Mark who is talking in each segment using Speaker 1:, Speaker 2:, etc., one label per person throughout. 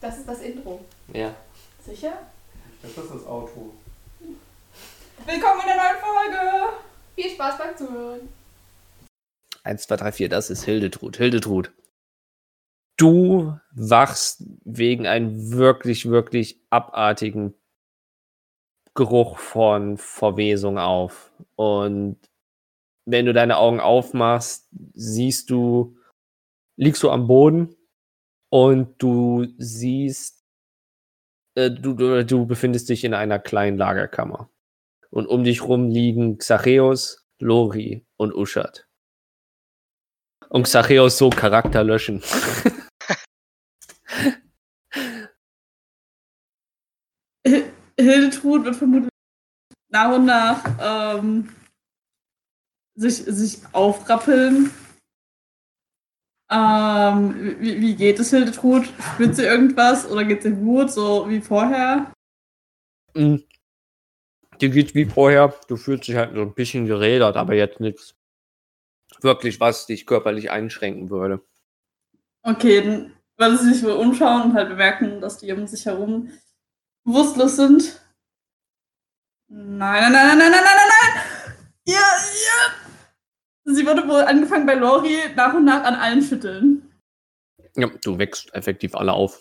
Speaker 1: Das ist das Intro.
Speaker 2: Ja.
Speaker 1: Sicher?
Speaker 3: Das ist das Outro.
Speaker 1: Willkommen in der neuen Folge! Viel Spaß beim Zuhören.
Speaker 2: 1, 2, 3, 4, das ist Hildetrud. Hildetrud. Du wachst wegen einem wirklich, wirklich abartigen Geruch von Verwesung auf. Und wenn du deine Augen aufmachst, liegst du am Boden und du siehst, du befindest dich in einer kleinen Lagerkammer. Und um dich rum liegen Xacheus, Lori und Uschat. Und Xacheus so Charakter löschen.
Speaker 4: Hildetrud wird vermutlich nach und nach sich aufrappeln. Wie geht es Hildetrud? Spürt sie irgendwas oder geht sie gut, so wie vorher?
Speaker 2: Dir geht's wie vorher. Du fühlst dich halt so ein bisschen gerädert, aber jetzt nichts wirklich, was dich körperlich einschränken würde.
Speaker 4: Okay, dann wird sie sich wohl umschauen und halt bemerken, dass die um sich herum bewusstlos sind. Nein. Ja. Sie wurde wohl angefangen bei Lori nach und nach an allen schütteln.
Speaker 2: Ja, du wächst effektiv alle auf.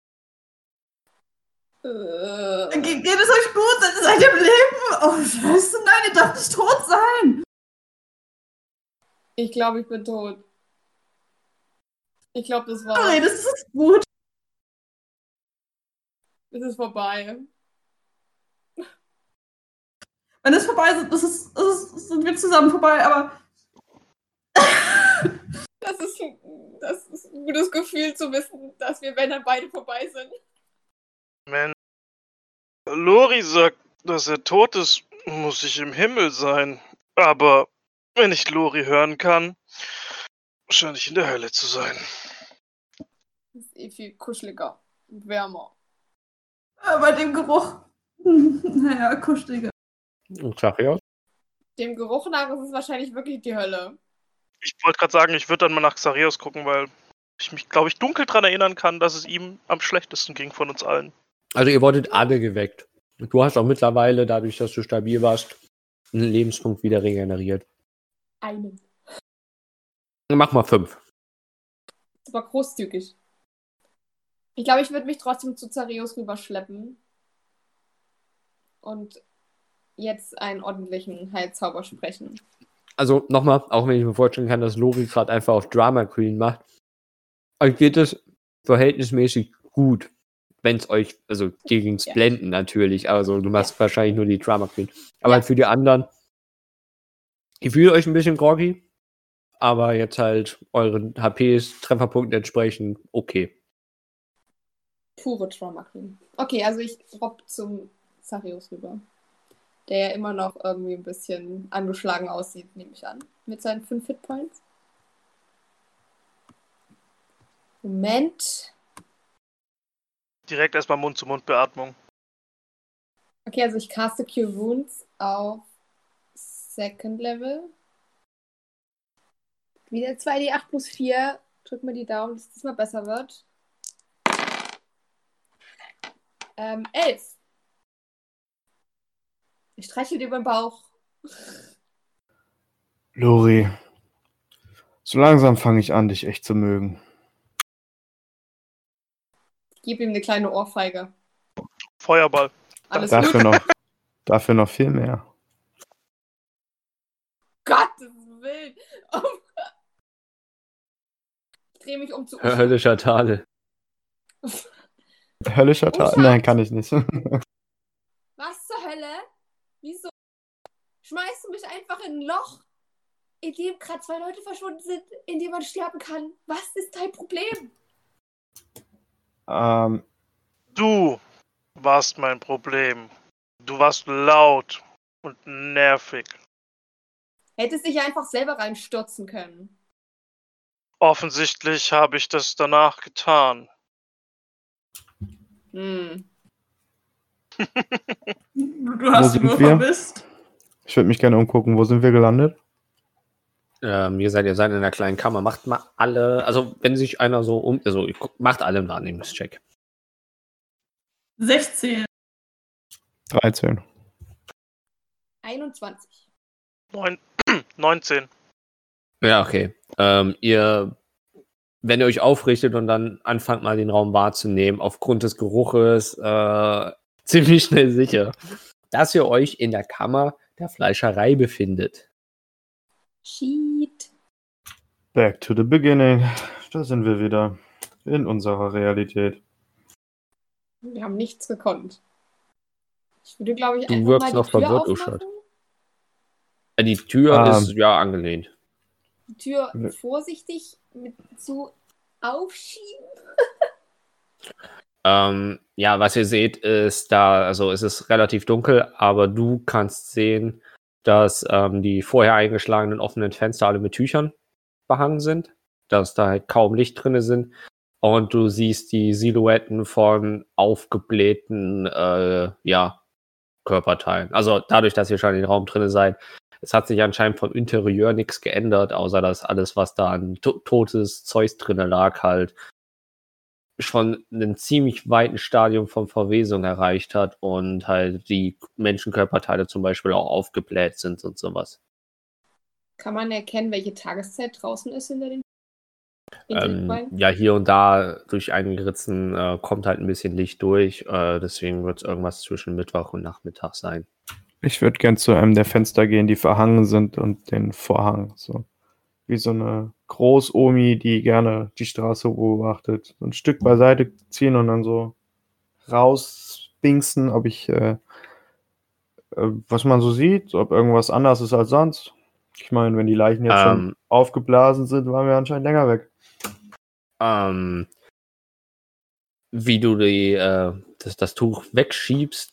Speaker 4: Geht es euch gut? Seid ihr im Leben? Oh, scheiße, nein, ihr dürft nicht tot sein.
Speaker 1: Ich glaube, ich bin tot. Ich glaube, das war.
Speaker 4: Sorry, das ist gut.
Speaker 1: Es ist vorbei.
Speaker 4: Wenn es vorbei ist, sind wir zusammen vorbei, aber.
Speaker 1: Das ist ein gutes Gefühl zu wissen, dass wir, wenn dann beide vorbei sind.
Speaker 5: Wenn Lori sagt, dass er tot ist, muss ich im Himmel sein. Aber wenn ich Lori hören kann, scheine ich in der Hölle zu sein.
Speaker 1: Das ist eh viel kuscheliger und wärmer.
Speaker 4: Bei dem Geruch. Naja, kuscheliger.
Speaker 2: Und Xacheus?
Speaker 1: Dem Geruch nach ist es wahrscheinlich wirklich die Hölle.
Speaker 5: Ich wollte gerade sagen, ich würde dann mal nach Xacheus gucken, weil ich mich, glaube ich, dunkel daran erinnern kann, dass es ihm am schlechtesten ging von uns allen.
Speaker 2: Also ihr wurdet alle geweckt. Du hast auch mittlerweile, dadurch, dass du stabil warst, einen Lebenspunkt wieder regeneriert.
Speaker 1: Einen.
Speaker 2: Mach mal 5.
Speaker 1: Das war großzügig. Ich glaube, ich würde mich trotzdem zu Xacheus rüberschleppen. Und jetzt einen ordentlichen Heilzauber sprechen.
Speaker 2: Also nochmal, auch wenn ich mir vorstellen kann, dass Lori gerade einfach auf Drama Queen macht, euch geht es verhältnismäßig gut, wenn es euch, also gegen's Blenden natürlich, also du machst wahrscheinlich nur die Drama Queen. Aber für die anderen, ihr fühlt euch ein bisschen groggy, aber jetzt halt euren HPs, Trefferpunkten entsprechend okay.
Speaker 1: Pure Trauma Queen. Okay, also ich robb zum Xacheus rüber. Der ja immer noch irgendwie ein bisschen angeschlagen aussieht, nehme ich an. Mit seinen 5 Hitpoints. Moment.
Speaker 5: Direkt erstmal Mund-zu-Mund-Beatmung.
Speaker 1: Okay, also ich caste Cure Wounds auf Second Level. Wieder 2d8 plus 4. Drück mir die Daumen, dass es diesmal besser wird. 11. Ich streichel dir über den Bauch.
Speaker 3: Lori, so langsam fange ich an, dich echt zu mögen.
Speaker 1: Gib ihm eine kleine Ohrfeige.
Speaker 5: Feuerball.
Speaker 1: Alles gut.
Speaker 3: Dafür noch viel mehr.
Speaker 1: Gottes Willen. Oh. Ich drehe mich um zu Usha.
Speaker 2: Höllischer Tadel.
Speaker 3: Höllischer Tag?
Speaker 1: Usha.
Speaker 3: Nein, kann ich nicht.
Speaker 1: Was zur Hölle? Wieso schmeißt du mich einfach in ein Loch, in dem gerade 2 Leute verschwunden sind, in dem man sterben kann? Was ist dein Problem?
Speaker 5: Du warst mein Problem. Du warst laut und nervig.
Speaker 1: Hättest dich einfach selber reinstürzen können.
Speaker 5: Offensichtlich habe ich das danach getan.
Speaker 1: Hm.
Speaker 4: Du hast
Speaker 3: sind
Speaker 4: ihn nur
Speaker 3: wir?
Speaker 4: vermisst.
Speaker 3: Ich würde mich gerne umgucken. Wo sind wir gelandet?
Speaker 2: Ihr seid in einer kleinen Kammer. Macht mal alle, also wenn sich einer so macht alle einen Wahrnehmungscheck.
Speaker 4: 16.
Speaker 3: 13.
Speaker 1: 21.
Speaker 5: 19.
Speaker 2: Ja, okay. Wenn ihr euch aufrichtet und dann anfangt mal den Raum wahrzunehmen, aufgrund des Geruches ziemlich schnell sicher, dass ihr euch in der Kammer der Fleischerei befindet.
Speaker 1: Cheat.
Speaker 3: Back to the beginning. Da sind wir wieder. In unserer Realität.
Speaker 1: Wir haben nichts gekonnt. Ich würde, glaube ich,
Speaker 2: Du
Speaker 1: einfach
Speaker 2: wirkst
Speaker 1: mal
Speaker 2: noch
Speaker 1: die Tür
Speaker 2: verwirrt,
Speaker 1: aufmachen.
Speaker 2: Uschat. Die Tür ist ja angelehnt.
Speaker 1: Die Tür
Speaker 3: Ne.
Speaker 1: vorsichtig mit zu aufschieben.
Speaker 2: Ja, was ihr seht, ist da, also es ist relativ dunkel, aber du kannst sehen, dass die vorher eingeschlagenen offenen Fenster alle mit Tüchern behangen sind, dass da halt kaum Licht drin sind und du siehst die Silhouetten von aufgeblähten Körperteilen. Also dadurch, dass ihr schon in den Raum drin seid, es hat sich anscheinend vom Interieur nichts geändert, außer dass alles, was da an totes Zeug drin lag, halt schon einen ziemlich weiten Stadium von Verwesung erreicht hat und halt die Menschenkörperteile zum Beispiel auch aufgebläht sind und sowas.
Speaker 1: Kann man erkennen, welche Tageszeit draußen ist hinter den
Speaker 2: Ja, hier und da durch einige Ritzen kommt halt ein bisschen Licht durch, deswegen wird es irgendwas zwischen Mittwoch und Nachmittag sein.
Speaker 3: Ich würde gern zu einem der Fenster gehen, die verhangen sind und den Vorhang. So wie so eine Großomi, die gerne die Straße beobachtet. So ein Stück beiseite ziehen und dann so rausbinksen, ob ich, was man so sieht, ob irgendwas anders ist als sonst. Ich meine, wenn die Leichen jetzt schon aufgeblasen sind, waren wir anscheinend länger weg.
Speaker 2: Wie du das Tuch wegschiebst,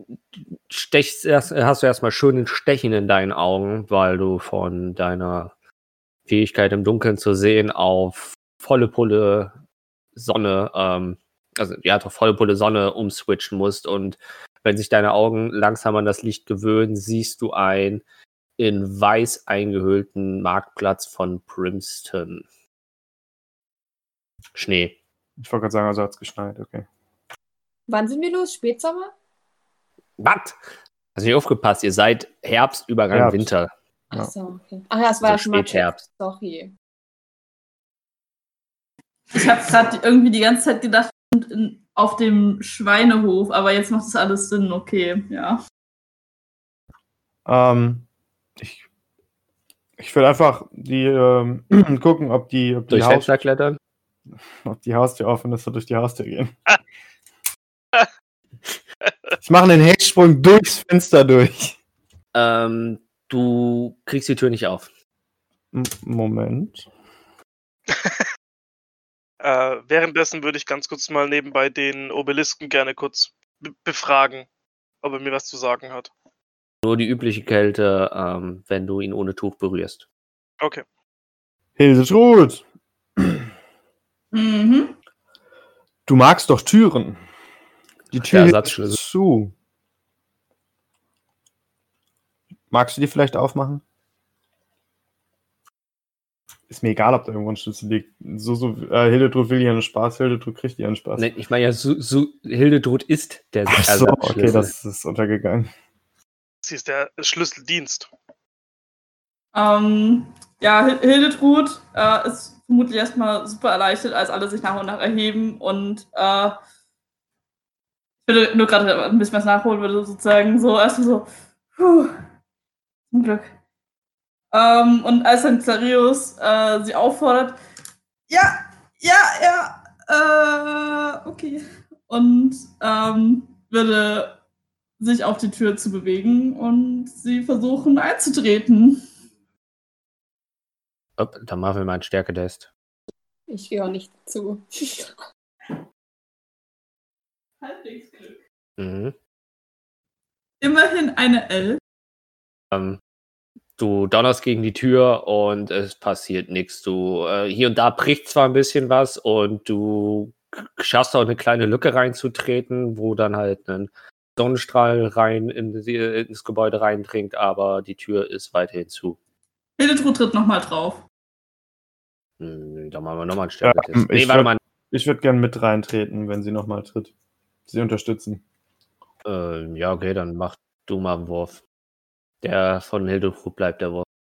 Speaker 2: hast du erstmal schönen Stechen in deinen Augen, weil du von deiner Fähigkeit im Dunkeln zu sehen auf volle Pulle Sonne, volle Pulle Sonne umswitchen musst. Und wenn sich deine Augen langsam an das Licht gewöhnen, siehst du einen in weiß eingehüllten Marktplatz von Primston. Schnee.
Speaker 3: Ich wollte gerade sagen, also hat es geschneit, okay.
Speaker 1: Wann sind wir los? Spätsommer?
Speaker 2: Was? Hast du nicht aufgepasst? Ihr seid Herbst, Übergang
Speaker 3: Herbst.
Speaker 2: Winter.
Speaker 3: Ja.
Speaker 1: Ach so, okay. Ach ja, es war
Speaker 2: Also
Speaker 1: ja schon mal
Speaker 2: Spätherbst.
Speaker 1: Sorry.
Speaker 4: Ich habe gerade irgendwie die ganze Zeit gedacht, wir sind auf dem Schweinehof, aber jetzt macht das alles Sinn, okay, ja.
Speaker 3: Ich will einfach die gucken, ob die
Speaker 2: Durchs Fenster klettern?
Speaker 3: ob die Haustür offen ist und durch die Haustür gehen. Ich mache einen Hechtsprung durchs Fenster durch.
Speaker 2: Du kriegst die Tür nicht auf.
Speaker 3: Moment.
Speaker 5: Währenddessen würde ich ganz kurz mal nebenbei den Obelisken gerne kurz befragen, ob er mir was zu sagen hat.
Speaker 2: Nur die übliche Kälte, wenn du ihn ohne Tuch berührst.
Speaker 5: Okay.
Speaker 3: Hildetrud,
Speaker 4: Mhm.
Speaker 3: du magst doch Türen. Die
Speaker 2: Der
Speaker 3: Tür ist
Speaker 2: Ersatzschlüssel.
Speaker 3: zu. Magst du die vielleicht aufmachen? Ist mir egal, ob da irgendwo ein Schlüssel liegt. Hildetrud will ja einen Spaß, Hildetrud kriegt ja einen Spaß.
Speaker 2: Nee, ich meine ja, Hildetrud ist der
Speaker 3: Ach so, okay,
Speaker 2: Ersatzschlüssel.
Speaker 3: das ist untergegangen.
Speaker 5: Sie ist der Schlüsseldienst.
Speaker 4: Hildetrud ist vermutlich erstmal super erleichtert, als alle sich nach und nach erheben und ich würde nur gerade ein bisschen was nachholen, würde sozusagen so erstmal so, zum Glück. Und als dann Clarius sie auffordert, okay. Und würde sich auf die Tür zu bewegen und sie versuchen einzutreten.
Speaker 2: Dann machen wir mal einen Stärketest.
Speaker 1: Ich gehöre nicht zu.
Speaker 4: Halbwegs Glück.
Speaker 2: Mhm.
Speaker 4: Immerhin eine 11.
Speaker 2: Du donnerst gegen die Tür und es passiert nichts. Du hier und da bricht zwar ein bisschen was und du schaffst auch eine kleine Lücke reinzutreten, wo dann halt ein Sonnenstrahl rein ins Gebäude reindringt, aber die Tür ist weiterhin zu.
Speaker 4: Hildetrud tritt nochmal drauf.
Speaker 2: Dann machen wir nochmal einen Stärketest.
Speaker 3: Ich würde gern mit reintreten, wenn sie nochmal tritt. sie unterstützen.
Speaker 2: Ja, okay, dann mach du mal einen Wurf. Der von Hildetrud bleibt der Wurf.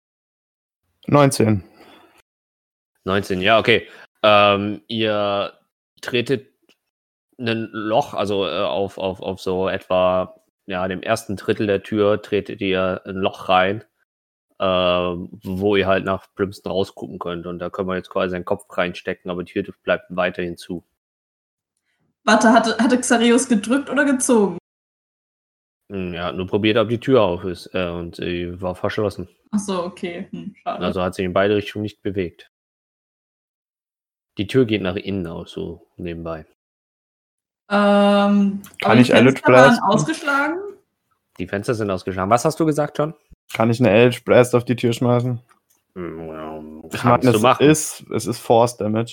Speaker 3: 19.
Speaker 2: 19, ja, okay. Ihr tretet ein Loch, also auf so etwa dem ersten Drittel der Tür tretet ihr ein Loch rein, wo ihr halt nach Brimston rausgucken könnt. Und da können wir jetzt quasi seinen Kopf reinstecken, aber die Tür bleibt weiterhin zu.
Speaker 4: Warte, hatte Xarius gedrückt oder gezogen?
Speaker 2: Er hat nur probiert, ob die Tür auf ist. Und sie war verschlossen.
Speaker 4: Achso, okay. Schade.
Speaker 2: Also hat sich in beide Richtungen nicht bewegt. Die Tür geht nach innen aus, so nebenbei.
Speaker 3: Kann
Speaker 4: aber
Speaker 3: ich
Speaker 4: die
Speaker 3: Eldritch
Speaker 4: Fenster waren
Speaker 3: Blast?
Speaker 4: ausgeschlagen?
Speaker 2: Die Fenster sind ausgeschlagen. Was hast du gesagt, John?
Speaker 3: Kann ich eine Eldritch Blast auf die Tür schmeißen? Ich meine, es ist Force Damage.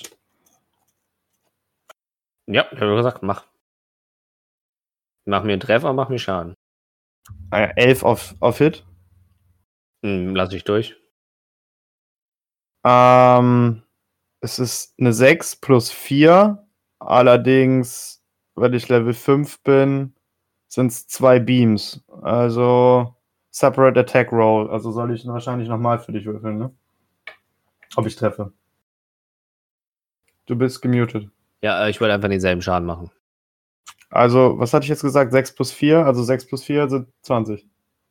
Speaker 2: Ja, ich habe gesagt, mach. Mach mir einen Treffer, mach mir Schaden.
Speaker 3: 11 auf Hit.
Speaker 2: Lass ich durch.
Speaker 3: Es ist eine 6 plus 4. Allerdings, weil ich Level 5 bin, sind es 2 Beams. Also Separate Attack Roll. Also soll ich wahrscheinlich nochmal für dich würfeln, ne? Ob ich treffe. Du bist gemutet.
Speaker 2: Ja, ich wollte einfach denselben Schaden machen.
Speaker 3: Also, was hatte ich jetzt gesagt? 6 plus 4? Also 6 plus 4 sind 20.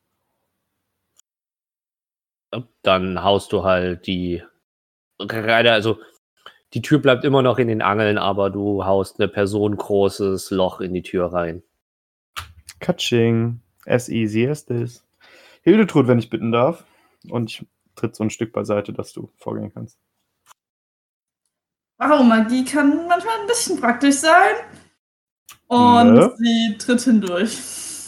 Speaker 2: Dann haust du halt also die Tür bleibt immer noch in den Angeln, aber du haust eine personengroßes Loch in die Tür rein.
Speaker 3: Katsching. As easy as this. Hildetrud, wenn ich bitten darf. Und ich tritt so ein Stück beiseite, dass du vorgehen kannst.
Speaker 4: Warum? Magie kann manchmal ein bisschen praktisch sein. Und sie tritt hindurch.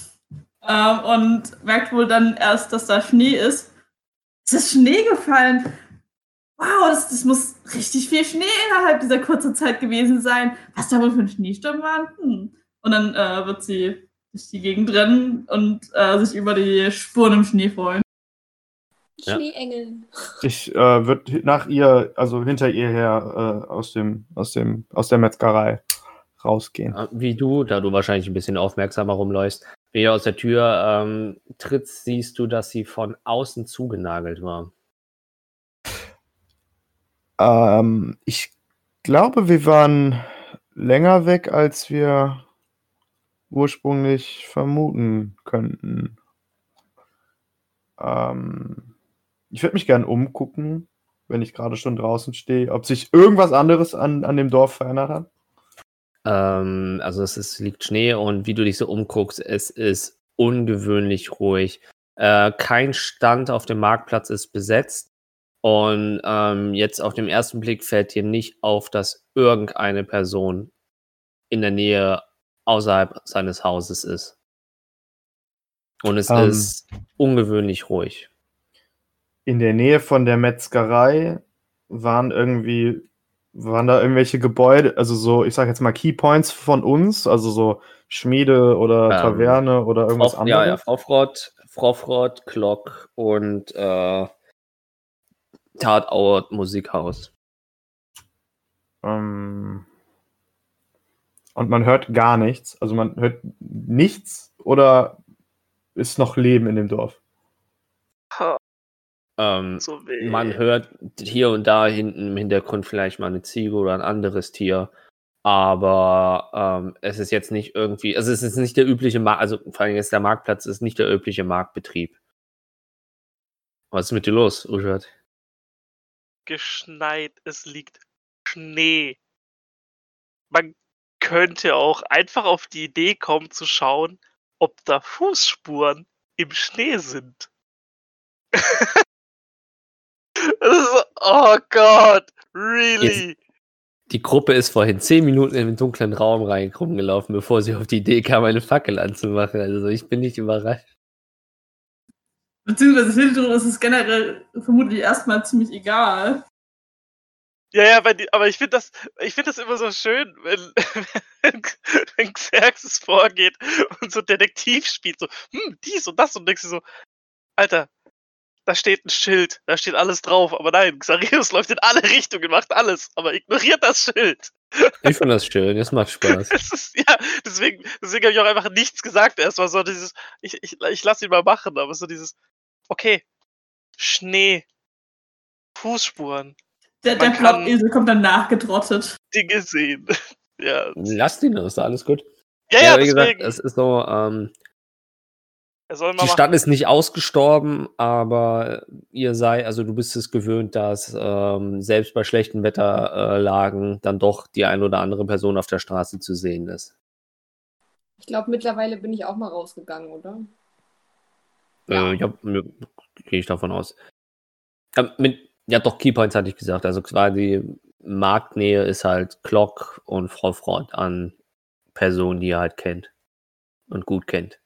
Speaker 4: Und merkt wohl dann erst, dass da Schnee ist. Es ist Schnee gefallen. Wow, das muss richtig viel Schnee innerhalb dieser kurzen Zeit gewesen sein. Was da wohl für ein Schneesturm war? Und dann wird sie durch die Gegend rennen und sich über die Spuren im Schnee freuen.
Speaker 2: Ja.
Speaker 1: Schneeengel.
Speaker 3: Ich würde nach ihr, also hinter ihr her, aus der Metzgerei rausgehen.
Speaker 2: Wie du, da du wahrscheinlich ein bisschen aufmerksamer rumläufst, wie du aus der Tür trittst, siehst du, dass sie von außen zugenagelt war.
Speaker 3: Ich glaube, wir waren länger weg, als wir ursprünglich vermuten könnten. Ich würde mich gerne umgucken, wenn ich gerade schon draußen stehe, ob sich irgendwas anderes an dem Dorf verändert hat.
Speaker 2: Also liegt Schnee und wie du dich so umguckst, es ist ungewöhnlich ruhig. Kein Stand auf dem Marktplatz ist besetzt und jetzt auf dem ersten Blick fällt dir nicht auf, dass irgendeine Person in der Nähe außerhalb seines Hauses ist. Und es ist ungewöhnlich ruhig.
Speaker 3: In der Nähe von der Metzgerei waren da irgendwelche Gebäude, also so, ich sag jetzt mal Keypoints von uns, also so Schmiede oder Taverne oder irgendwas anderes?
Speaker 2: Ja, Frofrott, Glock und Tatauer Musikhaus.
Speaker 3: Und man hört gar nichts, also man hört nichts oder ist noch Leben in dem Dorf?
Speaker 2: Man hört hier und da hinten im Hintergrund vielleicht mal eine Ziege oder ein anderes Tier, aber es ist jetzt nicht irgendwie, also es ist nicht der übliche Markt, also vor allem jetzt der Marktplatz ist nicht der übliche Marktbetrieb. Was ist mit dir los, Uschat?
Speaker 5: Geschneit, es liegt Schnee. Man könnte auch einfach auf die Idee kommen zu schauen, ob da Fußspuren im Schnee sind. Oh Gott, really?
Speaker 2: Die Gruppe ist vorhin 10 Minuten in den dunklen Raum rumgelaufen, bevor sie auf die Idee kam, eine Fackel anzumachen. Also ich bin nicht überrascht.
Speaker 4: Beziehungsweise Hildetrud ist es generell vermutlich erstmal ziemlich egal.
Speaker 5: Ja, aber ich finde das immer so schön, wenn Xerxes vorgeht und so Detektiv spielt, so, dies und das und denkst du so, Alter, da steht ein Schild, da steht alles drauf. Aber nein, Xarius läuft in alle Richtungen, macht alles, aber ignoriert das Schild.
Speaker 2: Ich finde das schön, das macht Spaß.
Speaker 5: Deswegen habe ich auch einfach nichts gesagt. Erstmal so dieses, ich lasse ihn mal machen, aber so dieses, okay, Schnee, Fußspuren,
Speaker 4: Der
Speaker 5: Man kann-
Speaker 4: Plotesel kommt dann nachgetrottet.
Speaker 5: Dinge sehen. Ja,
Speaker 2: Lasst ihn, ist alles gut.
Speaker 5: ja,
Speaker 2: wie gesagt,
Speaker 5: deswegen.
Speaker 2: es ist so,
Speaker 5: Er soll mal
Speaker 2: die
Speaker 5: machen.
Speaker 2: Stadt ist nicht ausgestorben, aber du bist es gewöhnt, dass selbst bei schlechten Wetterlagen dann doch die ein oder andere Person auf der Straße zu sehen ist.
Speaker 1: Ich glaube, mittlerweile bin ich auch mal rausgegangen, oder?
Speaker 2: Ja, gehe ich davon aus. Doch, Keypoints hatte ich gesagt. Also quasi Marktnähe ist halt Glock und Frau Freund an Personen, die ihr halt kennt und gut kennt.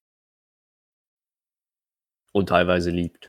Speaker 2: Und teilweise liebt.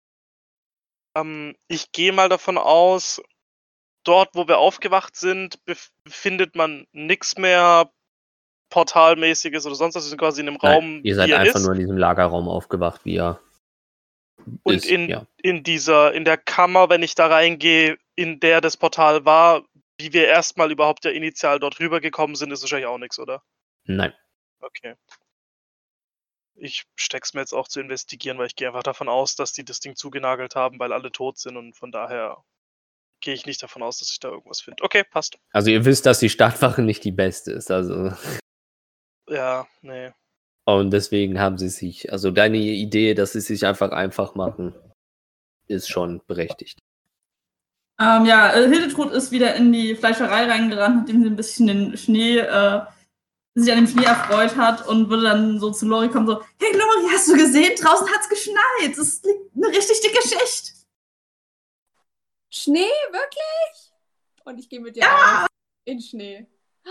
Speaker 5: Ich gehe mal davon aus, dort, wo wir aufgewacht sind, findet man nichts mehr Portalmäßiges oder sonst was. Wir sind quasi in dem Raum,
Speaker 2: Nein, ihr seid
Speaker 5: wie er
Speaker 2: einfach
Speaker 5: ist.
Speaker 2: nur in diesem Lagerraum aufgewacht, wie er
Speaker 5: Und
Speaker 2: ist.
Speaker 5: in der Kammer, wenn ich da reingehe, in der das Portal war, wie wir erstmal überhaupt ja initial dort rübergekommen sind, ist wahrscheinlich auch nichts, oder?
Speaker 2: Nein.
Speaker 5: Okay. Ich steck's mir jetzt auch zu investigieren, weil ich gehe einfach davon aus, dass die das Ding zugenagelt haben, weil alle tot sind und von daher gehe ich nicht davon aus, dass ich da irgendwas finde. Okay, passt.
Speaker 2: Also ihr wisst, dass die Stadtwache nicht die beste ist. Also
Speaker 5: Ja, nee.
Speaker 2: und deswegen haben sie sich, also deine Idee, dass sie sich einfach machen, ist schon berechtigt.
Speaker 4: Hildetrud ist wieder in die Fleischerei reingerannt, nachdem sie ein bisschen den Schnee, sich an dem Schnee erfreut hat und würde dann so zu Lori kommen, so, hey Lori, hast du gesehen? Draußen hat's geschneit. Es liegt eine richtig dicke Schicht.
Speaker 1: Schnee, wirklich? Und ich gehe mit dir raus. In Schnee.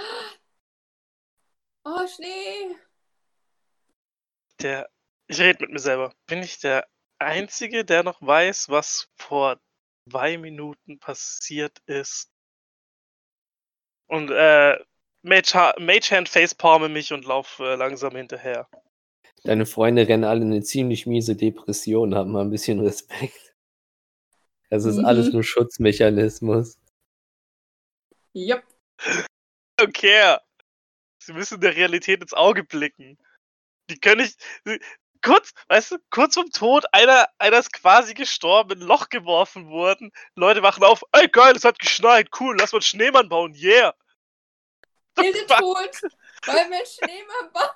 Speaker 1: Oh, Schnee.
Speaker 5: Ich rede mit mir selber. Bin ich der Einzige, der noch weiß, was vor 2 Minuten passiert ist? Und Magehand facepalme mich und laufe langsam hinterher.
Speaker 2: Deine Freunde rennen alle eine ziemlich miese Depression, haben mal ein bisschen Respekt. Das ist alles nur Schutzmechanismus.
Speaker 1: Jupp.
Speaker 5: Okay. Sie müssen der Realität ins Auge blicken. Die können nicht. Kurz vorm Tod, einer ist quasi gestorben, in ein Loch geworfen worden. Leute wachen auf, ey geil, es hat geschneit, cool, lass mal einen Schneemann bauen, yeah.
Speaker 1: Hildetrud, wollen wir einen Schneemann bauen?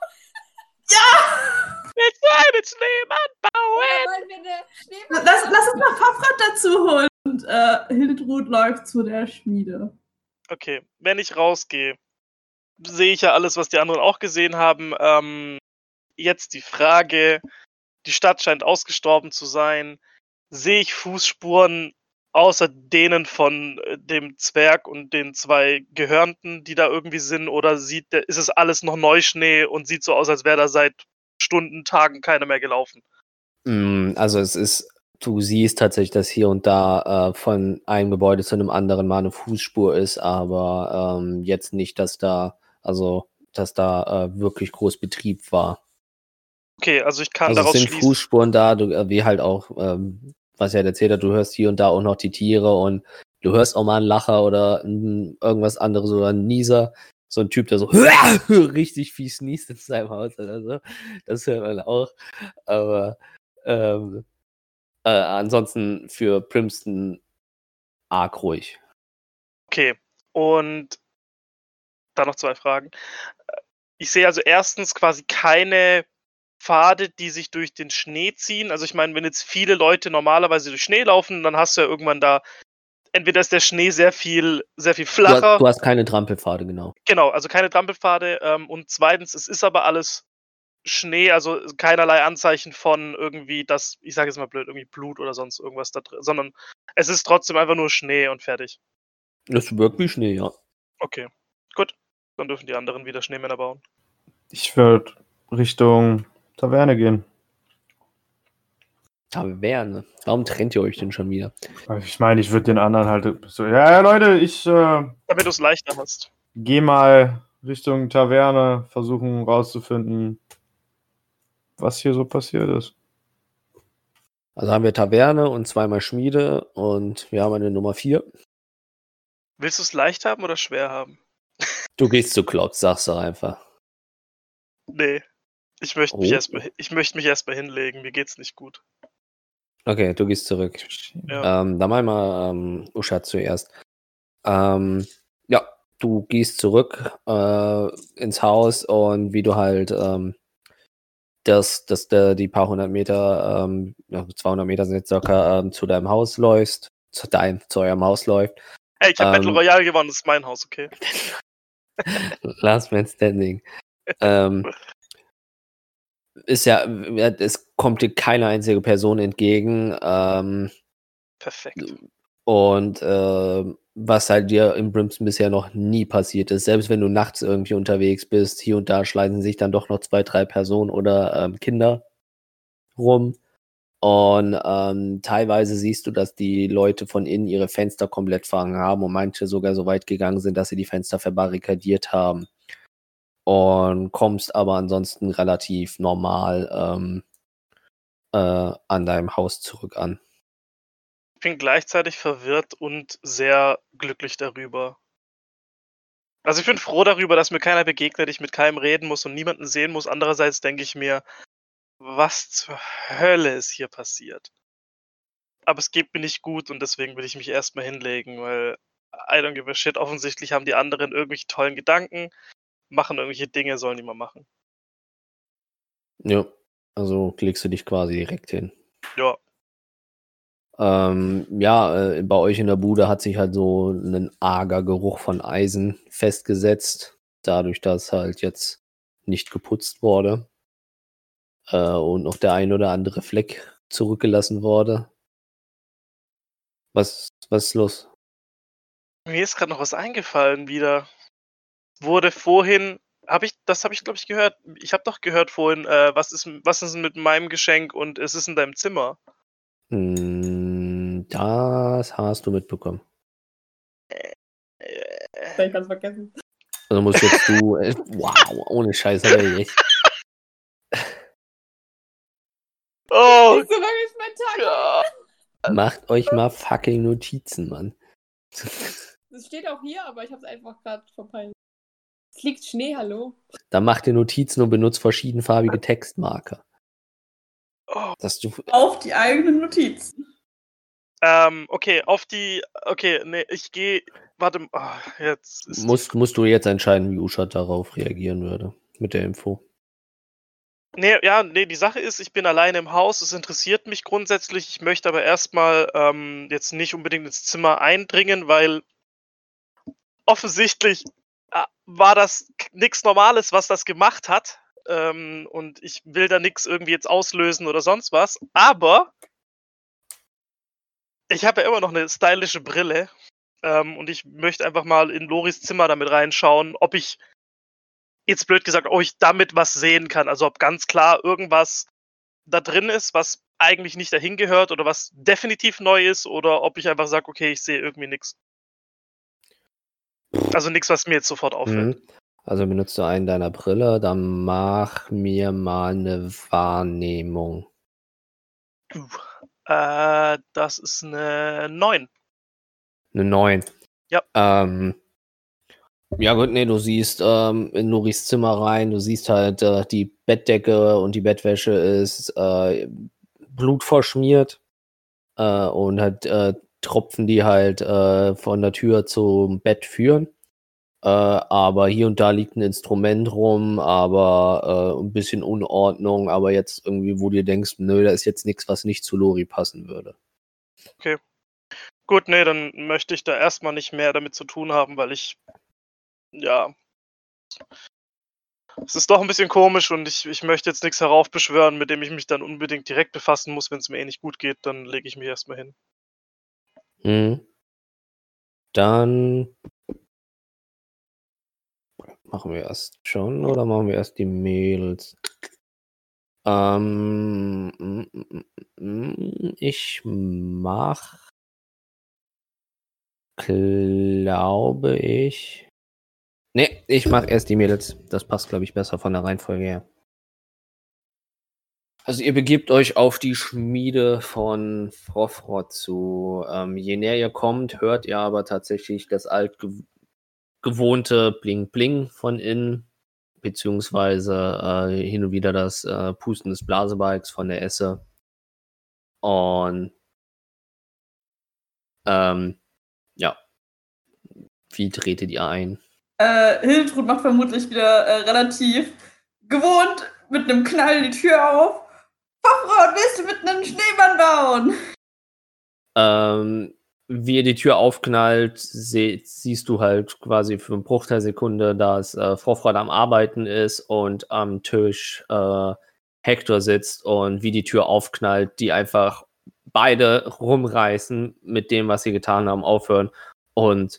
Speaker 5: Wir sollen einen Schneemann bauen.
Speaker 1: Oder wollen wir eine Schneemann
Speaker 4: Lass uns mal Fafrat dazu holen. Und Hildetrud läuft zu der Schmiede.
Speaker 5: Okay, wenn ich rausgehe, sehe ich ja alles, was die anderen auch gesehen haben. Jetzt die Frage, die Stadt scheint ausgestorben zu sein. Sehe ich Fußspuren außer denen von dem Zwerg und den 2 Gehörnten, die da irgendwie sind? Oder ist es alles noch Neuschnee und sieht so aus, als wäre da seit Stunden, Tagen keiner mehr gelaufen?
Speaker 2: Also du siehst tatsächlich, dass hier und da von einem Gebäude zu einem anderen mal eine Fußspur ist, aber jetzt nicht, dass da wirklich groß Betrieb war.
Speaker 5: Okay, also ich kann
Speaker 2: Also es
Speaker 5: daraus
Speaker 2: sind
Speaker 5: schließen.
Speaker 2: Fußspuren da, wie halt auch, was er halt erzählt hat, du hörst hier und da auch noch die Tiere und du hörst auch mal einen Lacher oder irgendwas anderes oder einen Nieser. So ein Typ, der so richtig fies niest in seinem Haus oder so. Das hört man auch. Aber ansonsten für Primston arg ruhig.
Speaker 5: Okay, und dann noch 2 Fragen. Ich sehe also erstens quasi keine Pfade, die sich durch den Schnee ziehen. Also ich meine, wenn jetzt viele Leute normalerweise durch Schnee laufen, dann hast du ja irgendwann da, entweder ist der Schnee sehr viel flacher.
Speaker 2: Du hast keine Trampelpfade, genau.
Speaker 5: Genau, also keine Trampelpfade. Und zweitens, es ist aber alles Schnee, also keinerlei Anzeichen von irgendwie, dass, ich sage jetzt mal blöd, irgendwie Blut oder sonst irgendwas da drin, sondern es ist trotzdem einfach nur Schnee und fertig.
Speaker 2: Das wirkt wie Schnee, ja.
Speaker 5: Okay, gut. Dann dürfen die anderen wieder Schneemänner bauen.
Speaker 3: Ich würde Richtung Taverne gehen.
Speaker 2: Taverne. Warum trennt ihr euch denn schon wieder?
Speaker 3: Ich meine, ich würde den anderen halt so, ja, Leute, ich
Speaker 5: Damit du es leichter hast.
Speaker 3: gehe mal Richtung Taverne, versuchen rauszufinden, was hier so passiert ist.
Speaker 2: Also haben wir Taverne und zweimal Schmiede und wir haben eine Nummer 4.
Speaker 5: Willst du es leicht haben oder schwer haben?
Speaker 2: Du gehst zu Klotz, sagst du einfach.
Speaker 5: Nee. Ich möchte
Speaker 2: Oh.
Speaker 5: mich erstmal hinlegen. Mir geht's nicht gut.
Speaker 2: Okay, du gehst zurück.
Speaker 5: Ja.
Speaker 2: Dann mal Usha zuerst. Ja, du gehst zurück ins Haus und wie du halt die paar 100 Meter, 200 Meter sind jetzt circa, zu deinem Haus läufst, zu eurem Haus läuft.
Speaker 5: Hey, ich habe Battle Royale gewonnen, das ist mein Haus, okay?
Speaker 2: Last Man Standing. Ist ja, es kommt dir keine einzige Person entgegen.
Speaker 5: Perfekt.
Speaker 2: Und was halt dir im Brimstone bisher noch nie passiert ist, selbst wenn du nachts irgendwie unterwegs bist, hier und da schleichen sich dann doch noch 2, 3 Personen oder Kinder rum. Und teilweise siehst du, dass die Leute von innen ihre Fenster komplett verhangen haben und manche sogar so weit gegangen sind, dass sie die Fenster verbarrikadiert haben. Und kommst aber ansonsten relativ normal an deinem Haus zurück an.
Speaker 5: Ich bin gleichzeitig verwirrt und sehr glücklich darüber. Also ich bin froh darüber, dass mir keiner begegnet, ich mit keinem reden muss und niemanden sehen muss. Andererseits denke ich mir, was zur Hölle ist hier passiert? Aber es geht mir nicht gut und deswegen will ich mich erstmal hinlegen, weil I don't give a shit. Offensichtlich haben die anderen irgendwelche tollen Gedanken, machen irgendwelche Dinge, sollen die mal machen.
Speaker 2: Ja, also legst du dich quasi direkt hin.
Speaker 5: Ja.
Speaker 2: Bei euch in der Bude hat sich halt so ein arger Geruch von Eisen festgesetzt, dadurch, dass halt jetzt nicht geputzt wurde und noch der ein oder andere Fleck zurückgelassen wurde. Was ist los?
Speaker 5: Mir ist gerade noch was eingefallen wieder. Wurde vorhin, habe ich glaube ich gehört. Ich habe doch gehört vorhin, was ist denn mit meinem Geschenk und es ist in deinem Zimmer?
Speaker 2: Das hast du mitbekommen.
Speaker 1: Das hab ich ganz vergessen.
Speaker 2: Also musst jetzt du, wow, ohne Scheiß, hat er echt.
Speaker 5: Oh
Speaker 1: Siehst du wirklich mein Tag?
Speaker 5: Gott.
Speaker 2: Macht euch mal fucking Notizen, Mann.
Speaker 1: Das steht auch hier, aber ich hab's einfach gerade verpeilt. Es liegt Schnee, hallo?
Speaker 2: Dann macht ihr Notizen und benutzt verschiedenfarbige Textmarker.
Speaker 5: Oh.
Speaker 2: Dass du
Speaker 4: Auf die eigenen Notizen.
Speaker 5: Okay, nee, ich gehe, warte, jetzt ist
Speaker 2: musst du jetzt entscheiden, wie Usha darauf reagieren würde, mit der Info.
Speaker 5: Nee, die Sache ist, ich bin alleine im Haus, es interessiert mich grundsätzlich, ich möchte aber erstmal jetzt nicht unbedingt ins Zimmer eindringen, weil offensichtlich war das nichts Normales, was das gemacht hat, und ich will da nichts irgendwie jetzt auslösen oder sonst was, aber ich habe ja immer noch eine stylische Brille, und ich möchte einfach mal in Loris Zimmer damit reinschauen, ob ich jetzt blöd gesagt, ob ich damit was sehen kann. Also ob ganz klar irgendwas da drin ist, was eigentlich nicht dahin gehört oder was definitiv neu ist oder ob ich einfach sage, okay, ich sehe irgendwie nichts. Also nichts, was mir jetzt sofort auffällt.
Speaker 2: Also benutzt du einen deiner Brille, dann mach mir mal eine Wahrnehmung.
Speaker 5: Das ist eine 9.
Speaker 2: Eine 9.
Speaker 5: Ja.
Speaker 2: Ja gut, nee, du siehst in Loris Zimmer rein, du siehst halt, die Bettdecke und die Bettwäsche ist blutverschmiert und halt Tropfen, die halt von der Tür zum Bett führen. Aber hier und da liegt ein Instrument rum, aber ein bisschen Unordnung, aber jetzt irgendwie, wo du denkst, nö, da ist jetzt nichts, was nicht zu Lori passen würde.
Speaker 5: Okay. Gut, nee, dann möchte ich da erstmal nicht mehr damit zu tun haben, weil es ist doch ein bisschen komisch und ich möchte jetzt nichts heraufbeschwören, mit dem ich mich dann unbedingt direkt befassen muss. Wenn es mir eh nicht gut geht, dann lege ich mich erstmal hin.
Speaker 2: Dann machen wir erst John oder machen wir erst die Mädels? Ich mach, glaube ich. Nee, ich mach erst die Mädels. Das passt, glaube ich, besser von der Reihenfolge her. Also ihr begebt euch auf die Schmiede von Frofrod zu. Je näher ihr kommt, hört ihr aber tatsächlich das altgewohnte Bling-Bling von innen, beziehungsweise hin und wieder das Pusten des Blasebalgs von der Esse. Und ja, wie tretet ihr ein?
Speaker 4: Hildetrud macht vermutlich wieder relativ gewohnt mit einem Knall die Tür auf. Frofrod, willst du mit einem Schneemann bauen?
Speaker 2: Wie ihr die Tür aufknallt, siehst du halt quasi für einen Bruchteil Sekunde, dass Frofrod am Arbeiten ist und am Tisch Hector sitzt und wie die Tür aufknallt, die einfach beide rumreißen mit dem, was sie getan haben, aufhören und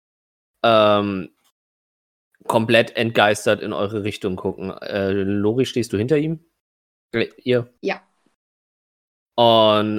Speaker 2: komplett entgeistert in eure Richtung gucken. Lori, stehst du hinter ihm? Ihr?
Speaker 1: Ja.
Speaker 2: Und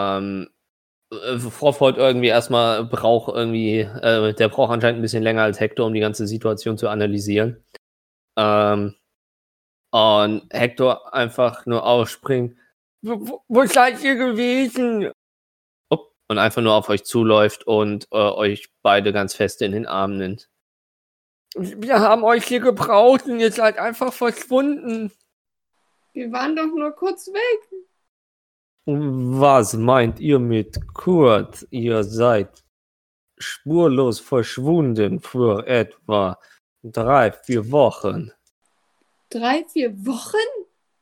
Speaker 2: Frofrod irgendwie erstmal braucht der braucht anscheinend ein bisschen länger als Hector, um die ganze Situation zu analysieren. Und Hector einfach nur ausspringt. Wo seid ihr gewesen? Und einfach nur auf euch zuläuft und euch beide ganz fest in den Arm nimmt. Wir haben euch hier gebraucht und ihr seid einfach verschwunden.
Speaker 1: Wir waren doch nur kurz weg.
Speaker 2: Was meint ihr mit kurz? Ihr seid spurlos verschwunden für etwa 3-4 Wochen.
Speaker 1: 3-4 Wochen?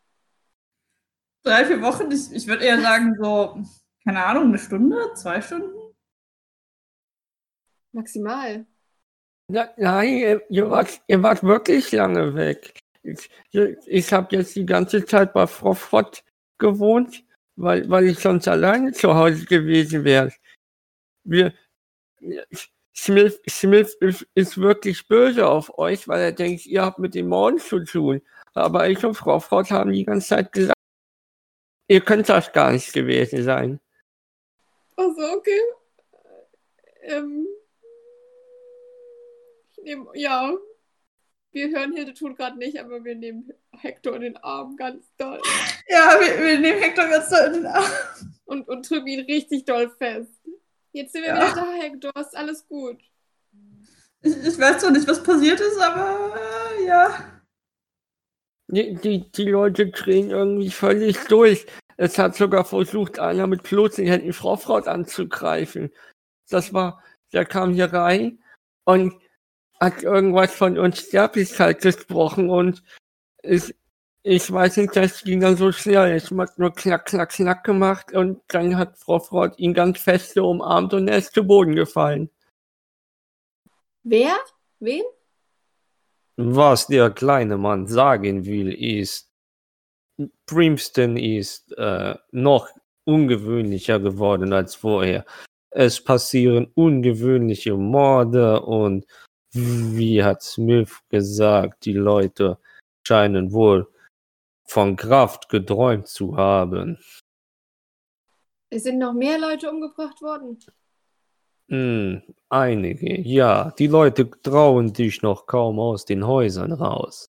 Speaker 4: 3-4 Wochen? Ich würde eher sagen, so, keine Ahnung, 1 Stunde, 2 Stunden?
Speaker 1: Maximal.
Speaker 2: Nein, ihr wart wirklich lange weg. Ich habe jetzt die ganze Zeit bei Frofrod gewohnt, weil ich sonst alleine zu Hause gewesen wäre. Smith ist wirklich böse auf euch, weil er denkt, ihr habt mit dem Morden zu tun. Aber ich und Frofrod haben die ganze Zeit gesagt, ihr könnt das gar nicht gewesen sein.
Speaker 1: Also, okay. Ja. Wir hören Hildetrud gerade nicht, aber wir nehmen Hector in den Arm ganz doll.
Speaker 4: Ja, wir nehmen Hector ganz doll in den Arm.
Speaker 1: Und drücken ihn richtig doll fest. Jetzt sind wir wieder da, Hector. Ist alles gut.
Speaker 4: Ich weiß zwar nicht, was passiert ist, aber ja.
Speaker 2: Die Leute drehen irgendwie völlig durch. Es hat sogar versucht, einer mit bloßen Händen Frofrod anzugreifen. Der kam hier rein und hat irgendwas von Unsterblichkeit gesprochen und ich weiß nicht, das ging dann so schnell. Es hat nur knack, knack, knack gemacht und dann hat Frofrod ihn ganz fest umarmt und er ist zu Boden gefallen.
Speaker 1: Wer? Wen?
Speaker 2: Was der kleine Mann sagen will, ist, Brimston ist noch ungewöhnlicher geworden als vorher. Es passieren ungewöhnliche Morde und wie hat Smith gesagt, die Leute scheinen wohl von Kraft geträumt zu haben.
Speaker 1: Es sind noch mehr Leute umgebracht worden.
Speaker 2: Einige, ja. Die Leute trauen sich noch kaum aus den Häusern raus.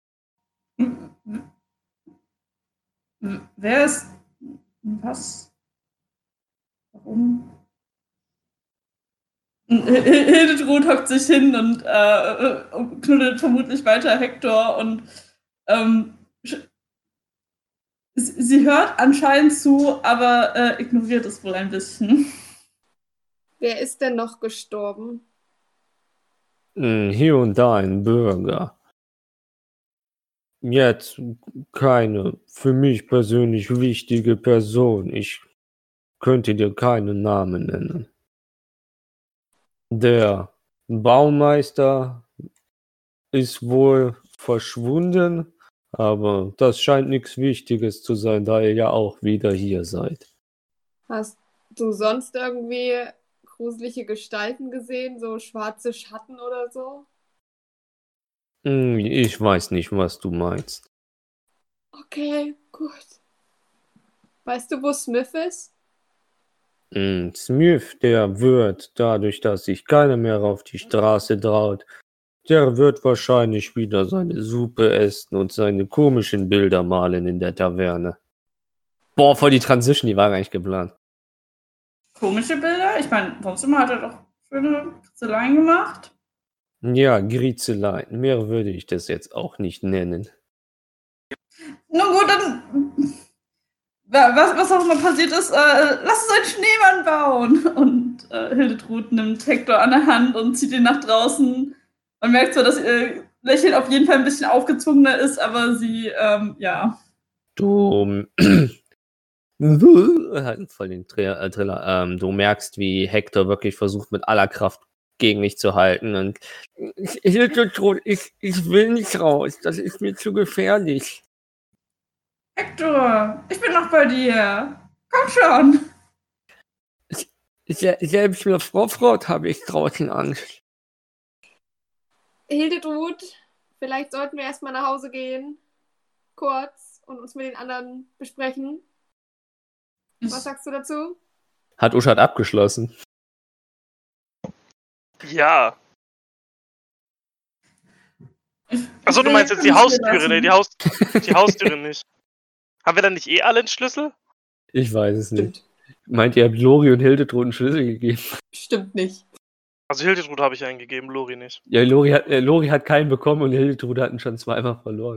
Speaker 4: Wer ist... Was? Warum? Hildetrud hockt sich hin und knuddelt vermutlich weiter Hector und sie hört anscheinend zu, aber ignoriert es wohl ein bisschen.
Speaker 1: Wer ist denn noch gestorben?
Speaker 2: Hier und da ein Bürger. Jetzt keine für mich persönlich wichtige Person. Ich könnte dir keinen Namen nennen. Der Baumeister ist wohl verschwunden, aber das scheint nichts Wichtiges zu sein, da ihr ja auch wieder hier seid.
Speaker 1: Hast du sonst irgendwie gruselige Gestalten gesehen? So schwarze Schatten oder so?
Speaker 2: Ich weiß nicht, was du meinst.
Speaker 1: Okay, gut. Weißt du, wo Smith ist?
Speaker 2: Smith, der wird, dadurch, dass sich keiner mehr auf die Straße traut, der wird wahrscheinlich wieder seine Suppe essen und seine komischen Bilder malen in der Taverne. Boah, voll die Transition, die war gar nicht geplant.
Speaker 4: Komische Bilder. Ich meine, sonst immer hat er doch schöne Kritzeleien gemacht.
Speaker 2: Ja, Griezeleien. Mehr würde ich das jetzt auch nicht nennen.
Speaker 4: Nun gut, dann. Was auch immer passiert ist, lass uns einen Schneemann bauen. Und Hildetrud nimmt Hector an der Hand und zieht ihn nach draußen. Man merkt zwar, dass ihr Lächeln auf jeden Fall ein bisschen aufgezwungener ist, aber sie, ja.
Speaker 2: Du voll den Triller. Du merkst, wie Hector wirklich versucht, mit aller Kraft gegen dich zu halten. Und ich will nicht raus. Das ist mir zu gefährlich.
Speaker 4: Hector, ich bin noch bei dir. Komm schon.
Speaker 2: Selbst mit Frau Frott habe ich draußen Angst.
Speaker 1: Hildetrud, vielleicht sollten wir erstmal nach Hause gehen. Kurz und uns mit den anderen besprechen. Was sagst du dazu?
Speaker 2: Hat Uschat abgeschlossen.
Speaker 5: Ja. Achso, du meinst jetzt die Haustüre, ne? Die Haustüre nicht. Haben wir dann nicht alle einen Schlüssel?
Speaker 2: Ich weiß es nicht.
Speaker 1: Stimmt.
Speaker 2: Meint ihr, habt Lori und Hildetrud einen Schlüssel gegeben?
Speaker 1: Stimmt nicht.
Speaker 5: Also Hildetrud habe ich einen gegeben, Lori nicht.
Speaker 2: Ja, Lori hat keinen bekommen und Hildetrud hat ihn schon zweimal verloren.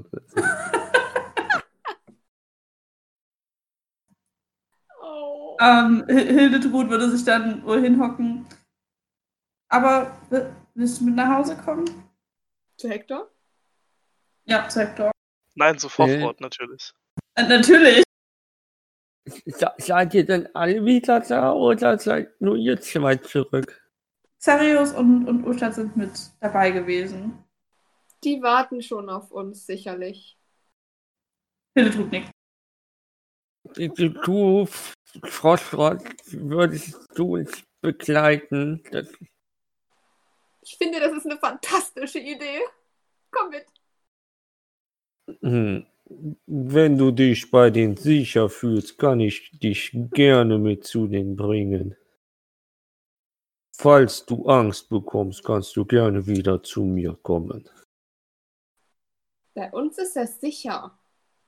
Speaker 1: Oh.
Speaker 4: Hildetrud würde sich dann wohl hinhocken. Aber willst du mit nach Hause kommen?
Speaker 1: Zu Hector?
Speaker 4: Ja, zu Hector.
Speaker 5: Nein, zu Vorfront natürlich.
Speaker 4: Natürlich.
Speaker 2: Seid ihr denn alle wieder da oder seid nur ihr zwei zurück?
Speaker 4: Xarius und Uschat sind mit dabei gewesen.
Speaker 1: Die warten schon auf uns, sicherlich.
Speaker 4: Hildetrud nickt.
Speaker 2: Du, Frostfrott, würdest du uns begleiten?
Speaker 1: Ich finde, das ist eine fantastische Idee. Komm mit.
Speaker 2: Wenn du dich bei denen sicher fühlst, kann ich dich gerne mit zu denen bringen. Falls du Angst bekommst, kannst du gerne wieder zu mir kommen.
Speaker 1: Bei uns ist es sicher.